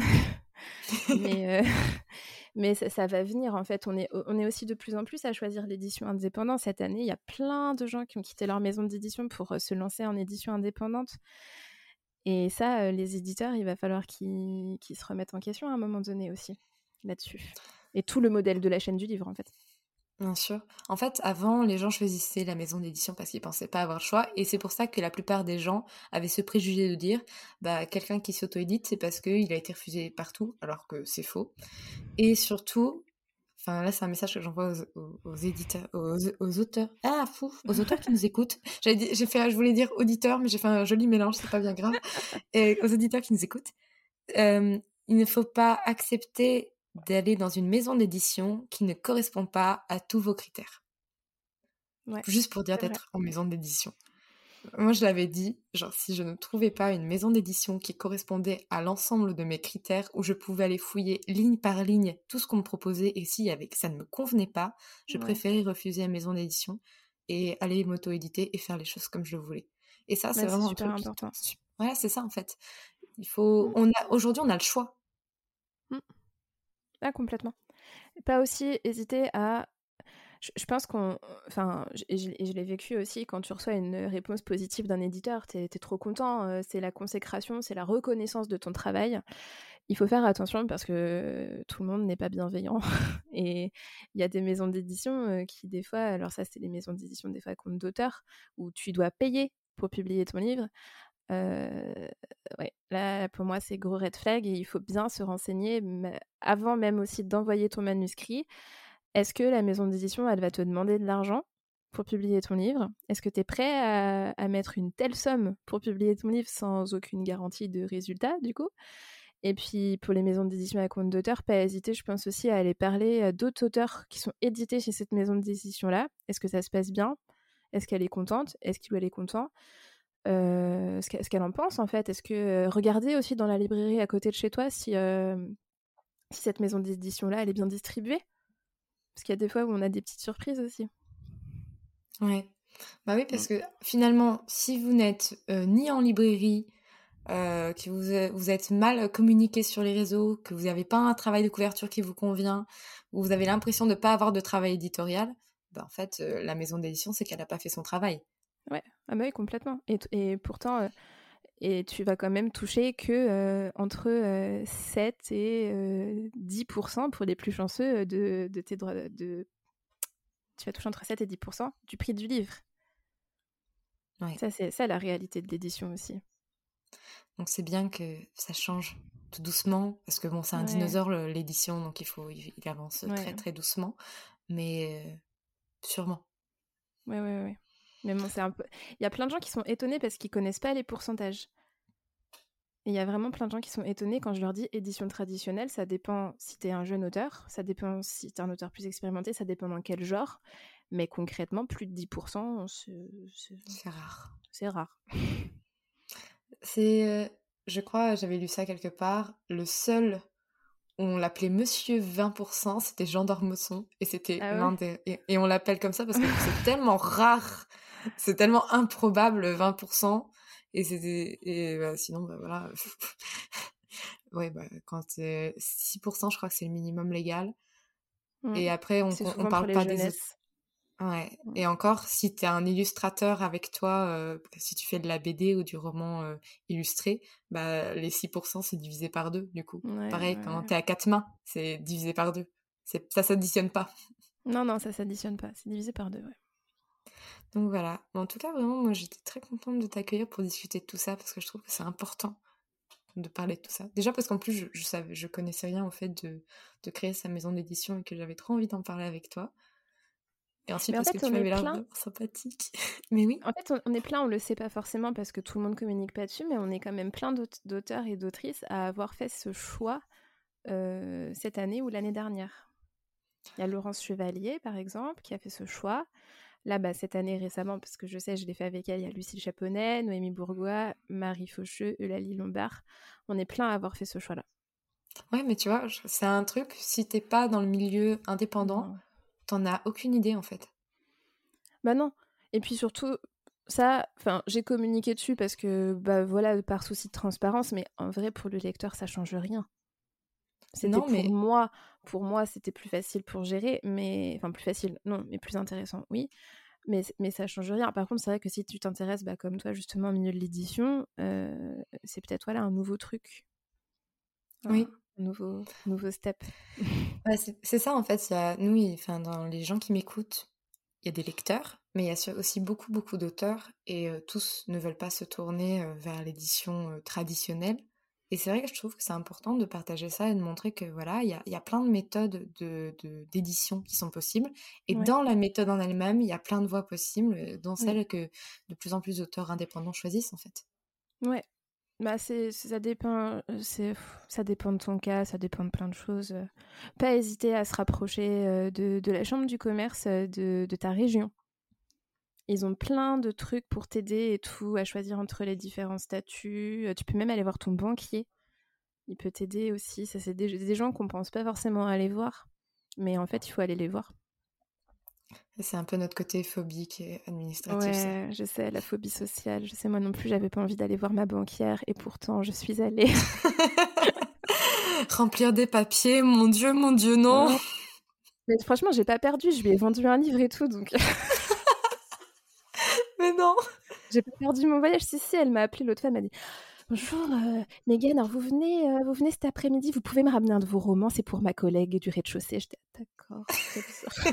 Mais ça va venir, en fait. On est aussi de plus en plus à choisir l'édition indépendante. Cette année, il y a plein de gens qui ont quitté leur maison d'édition pour se lancer en édition indépendante. Et ça, les éditeurs, il va falloir qu'ils se remettent en question à un moment donné aussi, là-dessus. Et tout le modèle de la chaîne du livre, en fait. Bien sûr. En fait, avant, les gens choisissaient la maison d'édition parce qu'ils pensaient pas avoir le choix. Et c'est pour ça que la plupart des gens avaient ce préjugé de dire quelqu'un qui s'auto-édite, c'est parce qu'il a été refusé partout, alors que c'est faux. Et surtout, enfin là, c'est un message que j'envoie aux éditeurs, aux auteurs. Ah, fou, aux auteurs qui nous écoutent. Je voulais dire auditeurs, mais j'ai fait un joli mélange, c'est pas bien grave. Et aux auditeurs qui nous écoutent, il ne faut pas accepter d'aller dans une maison d'édition qui ne correspond pas à tous vos critères. Ouais, Juste pour dire c'est vrai. d'être en maison d'édition. Moi, je l'avais dit, genre, si je ne trouvais pas une maison d'édition qui correspondait à l'ensemble de mes critères, où je pouvais aller fouiller ligne par ligne tout ce qu'on me proposait, et si ça ne me convenait pas, je préférais refuser la maison d'édition et aller m'auto-éditer et faire les choses comme je le voulais. Et ça, c'est vraiment un super truc... important. Ouais, c'est ça, en fait. Aujourd'hui, on a le choix. Ah, complètement. Pas aussi hésiter à... Je pense je l'ai vécu aussi, quand tu reçois une réponse positive d'un éditeur, t'es trop content, c'est la consécration, c'est la reconnaissance de ton travail. Il faut faire attention parce que tout le monde n'est pas bienveillant. Et il y a des maisons d'édition qui, des fois, alors ça, c'est les maisons d'édition des fois compte d'auteur, où tu dois payer pour publier ton livre. Ouais, là, pour moi, c'est gros red flag et il faut bien se renseigner avant même aussi d'envoyer ton manuscrit. Est-ce que la maison d'édition, elle va te demander de l'argent pour publier ton livre? Est-ce que tu es prêt à mettre une telle somme pour publier ton livre sans aucune garantie de résultat, du coup? Et puis, pour les maisons d'édition à compte d'auteur, pas hésiter, je pense aussi, à aller parler à d'autres auteurs qui sont édités chez cette maison d'édition-là. Est-ce que ça se passe bien? Est-ce qu'elle est contente? Est-ce qu'il ou elle est content? Ce qu'elle en pense, en fait. Est-ce que regardez aussi dans la librairie à côté de chez toi si cette maison d'édition-là, elle est bien distribuée? Parce qu'il y a des fois où on a des petites surprises aussi. Ouais. Bah oui, parce que finalement, si vous n'êtes ni en librairie, que vous êtes mal communiqué sur les réseaux, que vous n'avez pas un travail de couverture qui vous convient, ou vous avez l'impression de ne pas avoir de travail éditorial, en fait, la maison d'édition, c'est qu'elle n'a pas fait son travail. Ouais, ah bah oui, complètement. Et pourtant, Et tu vas quand même toucher que entre 7 et 10% pour les plus chanceux de tes droits de... Tu vas toucher entre 7 et 10% du prix du livre. Ouais. Ça, c'est ça la réalité de l'édition aussi. Donc c'est bien que ça change tout doucement, parce que bon, c'est un dinosaure l'édition, donc il avance très très doucement, mais sûrement. Ouais. Mais bon, c'est un peu... Il y a plein de gens qui sont étonnés parce qu'ils connaissent pas les pourcentages. Et il y a vraiment plein de gens qui sont étonnés quand je leur dis édition traditionnelle, ça dépend si t'es un jeune auteur, ça dépend si t'es un auteur plus expérimenté, ça dépend dans quel genre. Mais concrètement, plus de 10%, c'est rare. C'est rare. Je crois, j'avais lu ça quelque part, le seul où on l'appelait Monsieur 20%, c'était Jean d'Ormesson, et c'était l'un des... Et on l'appelle comme ça parce que c'est tellement rare, c'est tellement improbable, 20%, sinon, voilà... ouais, quand 6%, je crois que c'est le minimum légal. Et après, on parle pas des autres. Ouais. Et encore, si t'es un illustrateur avec toi, si tu fais de la BD ou du roman illustré, les 6% c'est divisé par 2, du coup. Pareil, quand t'es à 4 mains, c'est divisé par 2. Ça s'additionne pas. Non, ça s'additionne pas. C'est divisé par 2, ouais. Donc voilà. En tout cas, vraiment, moi, j'étais très contente de t'accueillir pour discuter de tout ça, parce que je trouve que c'est important de parler de tout ça. Déjà parce qu'en plus, je connaissais rien au fait de créer sa maison d'édition et que j'avais trop envie d'en parler avec toi. Et ensuite, parce que tu m'avais l'air vraiment sympathique. Mais oui. En fait, on est plein, on le sait pas forcément parce que tout le monde communique pas dessus, mais on est quand même plein d'auteurs et d'autrices à avoir fait ce choix cette année ou l'année dernière. Il y a Laurence Chevalier, par exemple, qui a fait ce choix. Là, cette année, récemment, parce que je sais, je l'ai fait avec elle, il y a Lucille Chaponnet, Noémie Bourgois, Marie Faucheux, Eulalie Lombard. On est plein à avoir fait ce choix-là. Ouais, mais tu vois, c'est un truc, si t'es pas dans le milieu indépendant, t'en as aucune idée, en fait. Bah non. Et puis surtout, ça, j'ai communiqué dessus parce que, voilà, par souci de transparence, mais en vrai, pour le lecteur, ça change rien. C'était pour moi, c'était plus facile pour gérer, mais... Enfin, plus facile, non, mais plus intéressant, oui. Mais ça change rien. Par contre, c'est vrai que si tu t'intéresses, comme toi, justement, au milieu de l'édition, c'est peut-être, voilà, un nouveau truc. Oui. Un nouveau step. C'est ça, en fait. Dans les gens qui m'écoutent, il y a des lecteurs, mais il y a aussi beaucoup, beaucoup d'auteurs, et tous ne veulent pas se tourner vers l'édition traditionnelle. Et c'est vrai que je trouve que c'est important de partager ça et de montrer que voilà, il y a plein de méthodes d'édition qui sont possibles. Et dans la méthode en elle-même, il y a plein de voies possibles, dont celle que de plus en plus d'auteurs indépendants choisissent, en fait. Ouais. Ça dépend, ça dépend de ton cas, ça dépend de plein de choses. Pas hésiter à se rapprocher de la chambre du commerce de ta région. Ils ont plein de trucs pour t'aider et tout, à choisir entre les différents statuts. Tu peux même aller voir ton banquier. Il peut t'aider aussi. Ça, c'est des gens qu'on pense pas forcément aller voir. Mais en fait, il faut aller les voir. C'est un peu notre côté phobique et administratif. Ouais, ça. Je sais, la phobie sociale. Je sais, moi non plus, j'avais pas envie d'aller voir ma banquière. Et pourtant, je suis allée. Remplir des papiers, mon Dieu, non. Mais franchement, j'ai pas perdu. Je lui ai vendu un livre et tout, donc... Mais non. J'ai pas perdu mon voyage. Si, elle m'a appelé l'autre fois, elle m'a dit... Bonjour, Megan, alors vous venez cet après-midi, vous pouvez me ramener un de vos romans, c'est pour ma collègue du rez-de-chaussée. J'étais d'accord, c'est bizarre.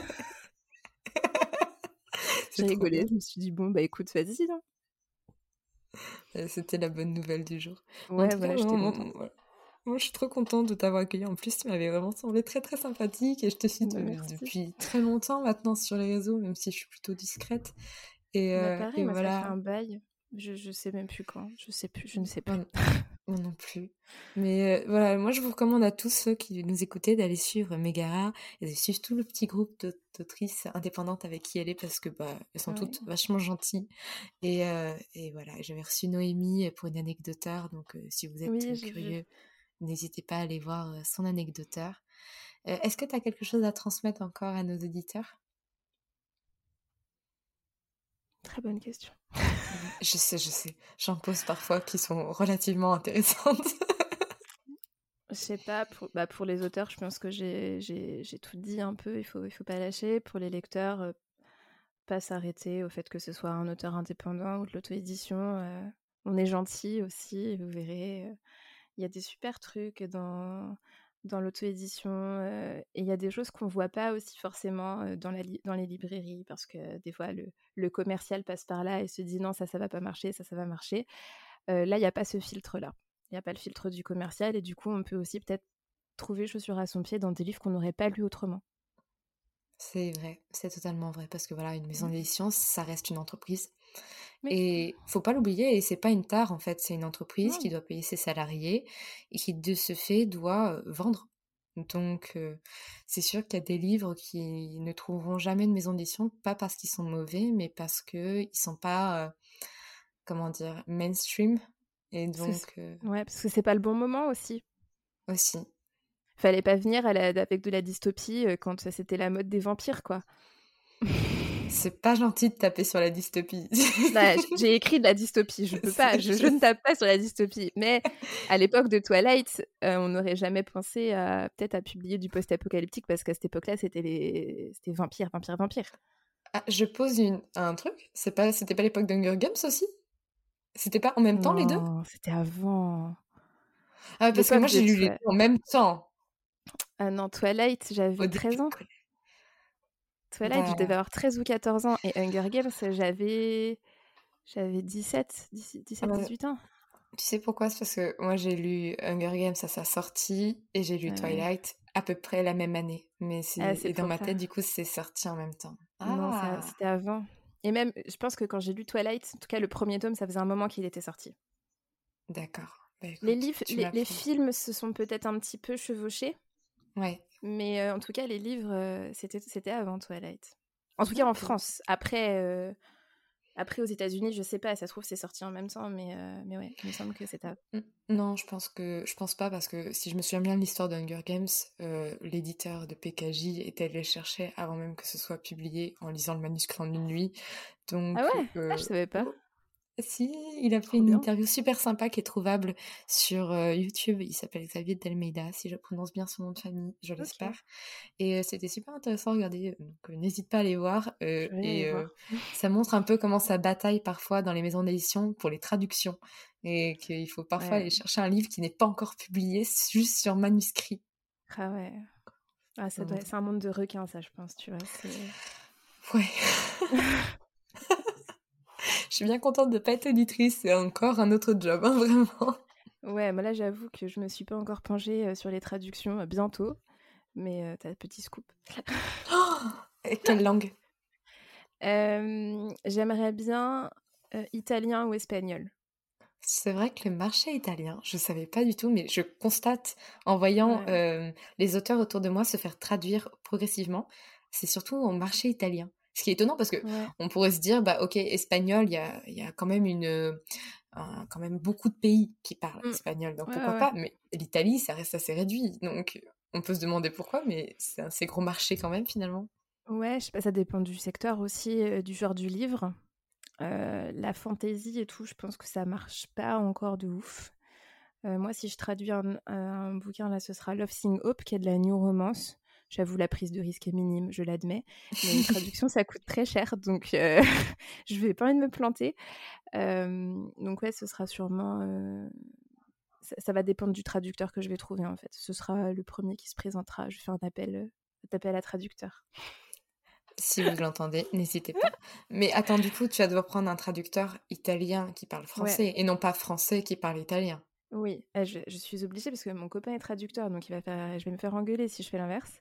J'ai rigolé, je me suis dit, bon, écoute, vas-y. Non. C'était la bonne nouvelle du jour. Ouais, voilà, j'étais contente. Moi, je suis trop contente de t'avoir accueilli. En plus, tu m'avais vraiment semblé très, très sympathique, et je te suis depuis très longtemps maintenant sur les réseaux, même si je suis plutôt discrète. Pareil, moi, voilà. ça fait un bail. Je sais même plus quand. Je ne sais plus. Moi non plus. Mais voilà, moi je vous recommande à tous ceux qui nous écoutaient d'aller suivre Megara et de suivre tout le petit groupe d'autrices indépendantes avec qui elle est, parce que elles sont toutes vachement gentilles. Et voilà, j'avais reçu Noémie pour une anecdoteur, donc si vous êtes curieux, n'hésitez pas à aller voir son anecdoteur. Est-ce que tu as quelque chose à transmettre encore à nos auditeurs ? Très bonne question. Je sais. J'en pose parfois qui sont relativement intéressantes. Je sais pas, pour les auteurs, je pense que j'ai tout dit un peu, il faut pas lâcher. Pour les lecteurs, pas s'arrêter au fait que ce soit un auteur indépendant ou de l'auto-édition. On est gentil aussi, vous verrez. Il y a des super trucs dans l'auto-édition, et il y a des choses qu'on voit pas aussi forcément, dans les librairies parce que des fois le commercial passe par là et se dit: «Non, ça va pas marcher, ça va marcher». Là, il y a pas ce filtre-là. Il y a pas le filtre du commercial et du coup, on peut aussi peut-être trouver chaussure à son pied dans des livres qu'on n'aurait pas lus autrement. C'est vrai, c'est totalement vrai parce que voilà, une maison Mmh. d'édition, ça reste une entreprise Oui, et faut pas l'oublier et c'est pas une tare en fait, c'est une entreprise qui non, doit payer ses salariés et qui de ce fait doit, vendre. Donc c'est sûr qu'il y a des livres qui ne trouveront jamais de maison d'édition, pas parce qu'ils sont mauvais, mais parce qu'ils sont pas, comment dire? Mainstream et parce que c donc ouais, parce que c'est pas le bon moment aussi. aussi. Fallait pas venir avec de la dystopie, quand c'était la mode des vampires, quoi. C'est pas gentil de taper sur la dystopie. Bah, j'ai écrit de la dystopie, je Je peux pas, sais, je ne tape pas sur la dystopie. Mais à l'époque de Twilight, on n'aurait jamais pensé à peut-être à publier du post-apocalyptique parce qu'à cette époque-là, c'était vampire, vampire, vampire. Ah, je pose un truc, c'était pas l'époque d'Hunger Games aussi? C'était pas en même temps les 2? Non, c'était avant. Ah, parce que moi L'époque de j'ai lu les 2 en même temps, Ah non, Twilight, au j'avais début 13 du ans. collège. Twilight, je devais Bah, avoir 13 ou 14 ans et Hunger Games, j'avais 17, heu, 18 ans. tu sais pourquoi? C'est parce que moi j'ai lu Hunger Games à sa sortie et j'ai lu Ah ouais. Twilight à peu près la même année, mais Ah, c'est c'est et dans pour ma ça. tête, du coup, c'est sorti en même temps. Non, Ah! c'était avant. Et même, je pense que quand j'ai lu Twilight, en tout cas le premier tome, ça faisait un moment qu'il était sorti. D'accord. Bah, Les écoute, livres, tu les m'apprends. films se sont peut-être un petit peu chevauchés, Ouais. mais en tout cas, les livres, c'était avant Twilight. En tout cas, en OK. France. Après, aux États-Unis, je sais pas, ça se trouve, c'est sorti en même temps, mais ouais, il me semble que c'était avant. Non, je pense pas parce que si je me souviens bien de l'histoire de Hunger Games, l'éditeur de PKJ est allé le chercher avant même que ce soit publié en lisant le manuscrit en une nuit. Ah Donc, ouais? Ah, je savais pas. oh, si, il a fait Trop une bien. interview super sympa qui est trouvable sur YouTube. Il s'appelle Xavier Delmeida, si je prononce bien son nom de famille, je l'espère. Ok, Et c'était super intéressant à regarder, donc n'hésite pas à aller voir, je vais aller voir. ça montre un peu comment ça bataille parfois dans les maisons d'édition pour les traductions et qu'il faut parfois Ouais. aller chercher un livre qui n'est pas encore publié juste sur manuscrit. Ah ouais. Ah, Donc c'est un monde de requins, ça, je pense, tu vois, c'est... ouais, je suis bien contente de pas être auditrice, c'est encore un autre job, hein, vraiment. Ouais, moi là, j'avoue que je me suis pas encore penchée sur les traductions, bientôt, mais t'as petit scoop. Et quelle langue? J'aimerais bien italien ou espagnol. C'est vrai que le marché italien, je savais pas du tout, mais je constate en voyant, Ouais, les auteurs autour de moi se faire traduire progressivement, c'est surtout au marché italien. Ce qui est étonnant parce que ouais. on pourrait se dire: «Bah, OK, espagnol, il y a quand même quand même beaucoup de pays qui parlent Mm. espagnol, donc Ouais, ouais, pourquoi ouais. pas?» Mais l'Italie, ça reste assez réduit, donc on peut se demander pourquoi, mais c'est un assez gros marché quand même finalement. Ouais, je sais pas, ça dépend du secteur aussi, du genre du livre. La fantaisie et tout, je pense que ça marche pas encore de ouf. Moi, si je traduis un bouquin, là, ce sera Love Sing Hope, qui est de la new romance. J'avoue, la prise de risque est minime, je l'admets. Mais une traduction, ça coûte très cher, donc je vais pas envie de me planter. Donc ouais, ce sera sûrement... ça va dépendre du traducteur que je vais trouver, en fait. Ce sera le premier qui se présentera. Je fais un appel à traducteur. Si vous l'entendez, n'hésitez pas. Mais attends, du coup, tu vas devoir prendre un traducteur italien qui parle Ouais, français et non pas français qui parle italien. oui, je suis obligée parce que mon copain est traducteur, donc je vais me faire engueuler si je fais l'inverse.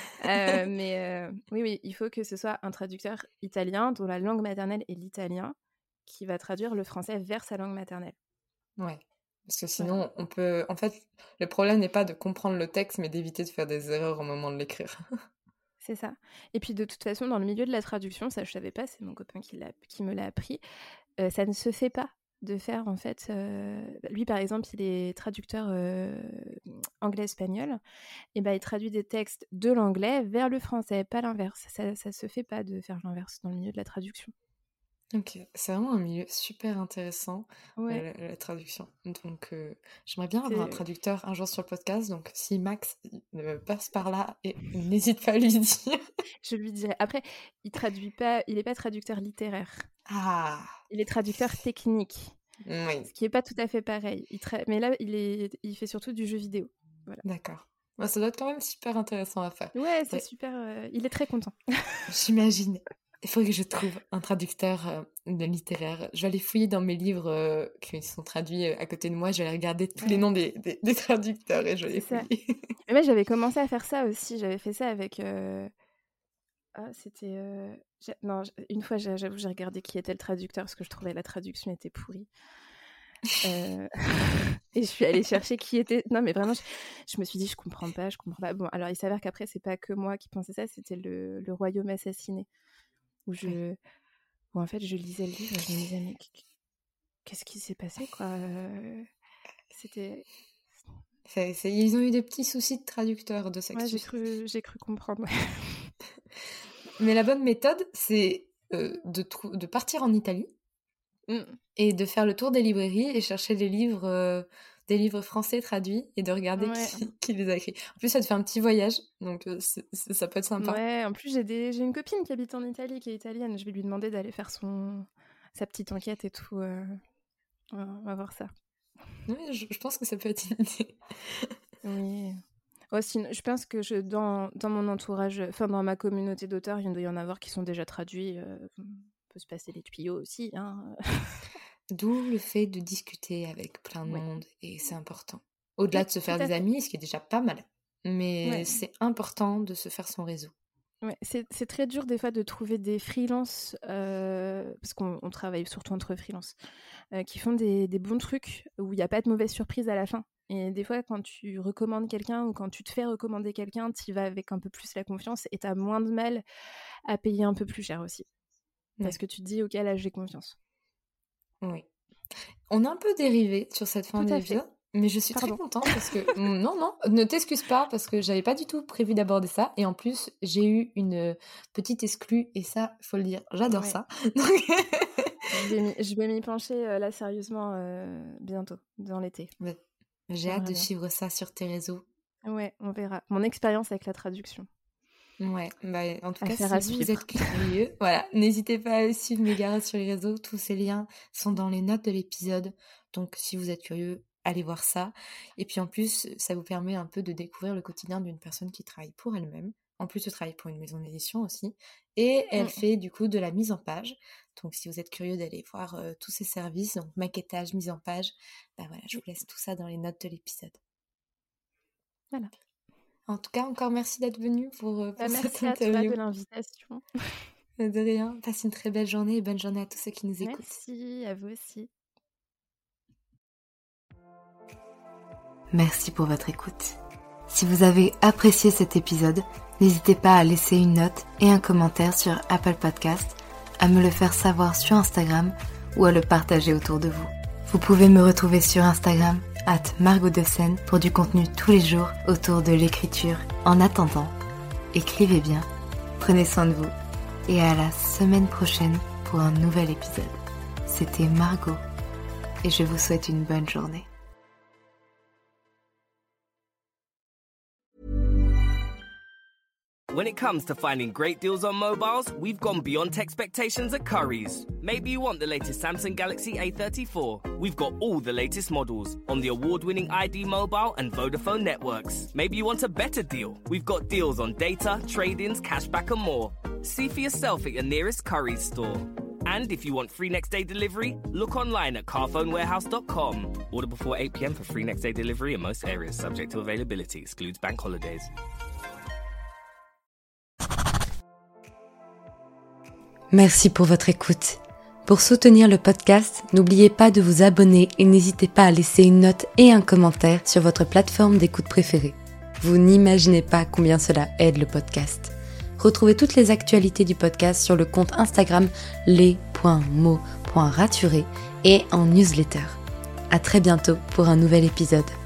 Oui, oui, il faut que ce soit un traducteur italien dont la langue maternelle est l'italien qui va traduire le français vers sa langue maternelle. Ouais. Parce que Voilà, sinon, on peut. En fait, le problème n'est pas de comprendre le texte, mais d'éviter de faire des erreurs au moment de l'écrire. c'est ça. Et puis de toute façon, dans le milieu de la traduction, ça je savais pas, c'est mon copain qui me l'a appris, ça ne se fait pas de faire en fait... lui par exemple, il est traducteur anglais-espagnol, et ben il traduit des textes de l'anglais vers le français, pas l'inverse. Ça se fait pas de faire l'inverse dans le milieu de la traduction. Ok, c'est vraiment un milieu super intéressant, Ouais, la traduction. Donc, j'aimerais bien avoir un c'est... traducteur un jour sur le podcast. Donc, si Max passe par là, et n'hésite pas à lui dire. Je lui dirais. Après, il traduit pas, il est pas traducteur littéraire. Ah, Il est traducteur technique. Ce qui n'est pas tout à fait pareil. Mais là, il fait surtout du jeu vidéo. Voilà. D'accord. Ça doit être quand même super intéressant à faire. Ouais, c'est super. Il est très content. J'imagine. Il faut que je trouve un traducteur de littéraire. Je vais aller fouiller dans mes livres qui sont traduits à côté de moi. Je vais aller regarder tous les noms des traducteurs et je vais les fouiller. Mais moi, j'avais commencé à faire ça aussi. J'avais fait ça avec... c'était... Non, une fois, j'avoue, j'ai regardé qui était le traducteur parce que je trouvais la traduction était pourrie. Et je suis allée chercher qui était... Non, mais vraiment, je me suis dit, je comprends pas. Bon, alors, il s'avère qu'après, c'est pas que moi qui pensais ça, c'était le Royaume assassiné. Où en fait, je lisais le livre et je me disais, mais qu'est-ce qui s'est passé, quoi C'était... Ils ont eu des petits soucis de traducteurs de sexe. Ouais, j'ai cru comprendre. Mais la bonne méthode, c'est de partir en Italie et de faire le tour des librairies et chercher des livres français traduits et de regarder qui les a écrits. En plus, ça te fait un petit voyage, donc ça peut être sympa. Ouais, en plus, j'ai une copine qui habite en Italie, qui est italienne. Je vais lui demander d'aller faire sa petite enquête et tout. On va voir ça. Oui, je pense que ça peut être une idée. Oui. Sinon, je pense que dans mon entourage, enfin dans ma communauté d'auteurs, il doit y en avoir qui sont déjà traduits. On peut se passer les tuyaux aussi. Hein. D'où le fait de discuter avec plein de monde, et c'est important. Au-delà de se faire des amis, ce qui est déjà pas mal. Mais c'est important de se faire son réseau. Ouais, c'est très dur des fois de trouver des freelances, parce qu'on travaille surtout entre freelances, qui font des bons trucs où il n'y a pas de mauvaise surprise à la fin. Et des fois, quand tu recommandes quelqu'un ou quand tu te fais recommander quelqu'un, tu y vas avec un peu plus la confiance et tu as moins de mal à payer un peu plus cher aussi. Parce que tu te dis, ok, là, j'ai confiance. Oui. On a un peu dérivé sur cette fin d'épisode, mais je suis très contente parce que... non, ne t'excuse pas parce que j'avais pas du tout prévu d'aborder ça. Et en plus, j'ai eu une petite exclue et ça, faut le dire, j'adore ça. Donc... je vais m'y pencher là sérieusement bientôt, dans l'été. Ouais. J'ai hâte de suivre ça sur tes réseaux. Ouais, on verra. Mon expérience avec la traduction. Ouais, en tout cas, si vous êtes curieux, voilà, n'hésitez pas à suivre Mégara sur les réseaux. Tous ces liens sont dans les notes de l'épisode. Donc, si vous êtes curieux, allez voir ça. Et puis, en plus, ça vous permet un peu de découvrir le quotidien d'une personne qui travaille pour elle-même. En plus, elle travaille pour une maison d'édition aussi. Et elle fait, du coup, de la mise en page. Donc, si vous êtes curieux d'aller voir tous ces services, donc maquettage, mise en page, voilà, je vous laisse tout ça dans les notes de l'épisode. Voilà. En tout cas, encore merci d'être venue pour cette interview. Merci à toi de l'invitation. De rien. Passe une très belle journée et bonne journée à tous ceux qui nous écoutent. Merci, à vous aussi. Merci pour votre écoute. Si vous avez apprécié cet épisode, n'hésitez pas à laisser une note et un commentaire sur Apple Podcast, à me le faire savoir sur Instagram ou à le partager autour de vous. Vous pouvez me retrouver sur Instagram @margotdescène pour du contenu tous les jours autour de l'écriture. En attendant, écrivez bien, prenez soin de vous et à la semaine prochaine pour un nouvel épisode. C'était Margot et je vous souhaite une bonne journée. When it comes to finding great deals on mobiles, we've gone beyond expectations at Currys. Maybe you want the latest Samsung Galaxy A34. We've got all the latest models on the award-winning ID Mobile and Vodafone networks. Maybe you want a better deal. We've got deals on data, trade-ins, cashback and more. See for yourself at your nearest Currys store. And if you want free next-day delivery, look online at carphonewarehouse.com. Order before 8 p.m. for free next-day delivery in most areas, subject to availability, excludes bank holidays. Merci pour votre écoute. Pour soutenir le podcast, n'oubliez pas de vous abonner et n'hésitez pas à laisser une note et un commentaire sur votre plateforme d'écoute préférée. Vous n'imaginez pas combien cela aide le podcast. Retrouvez toutes les actualités du podcast sur le compte Instagram les.mots.raturés et en newsletter. À très bientôt pour un nouvel épisode.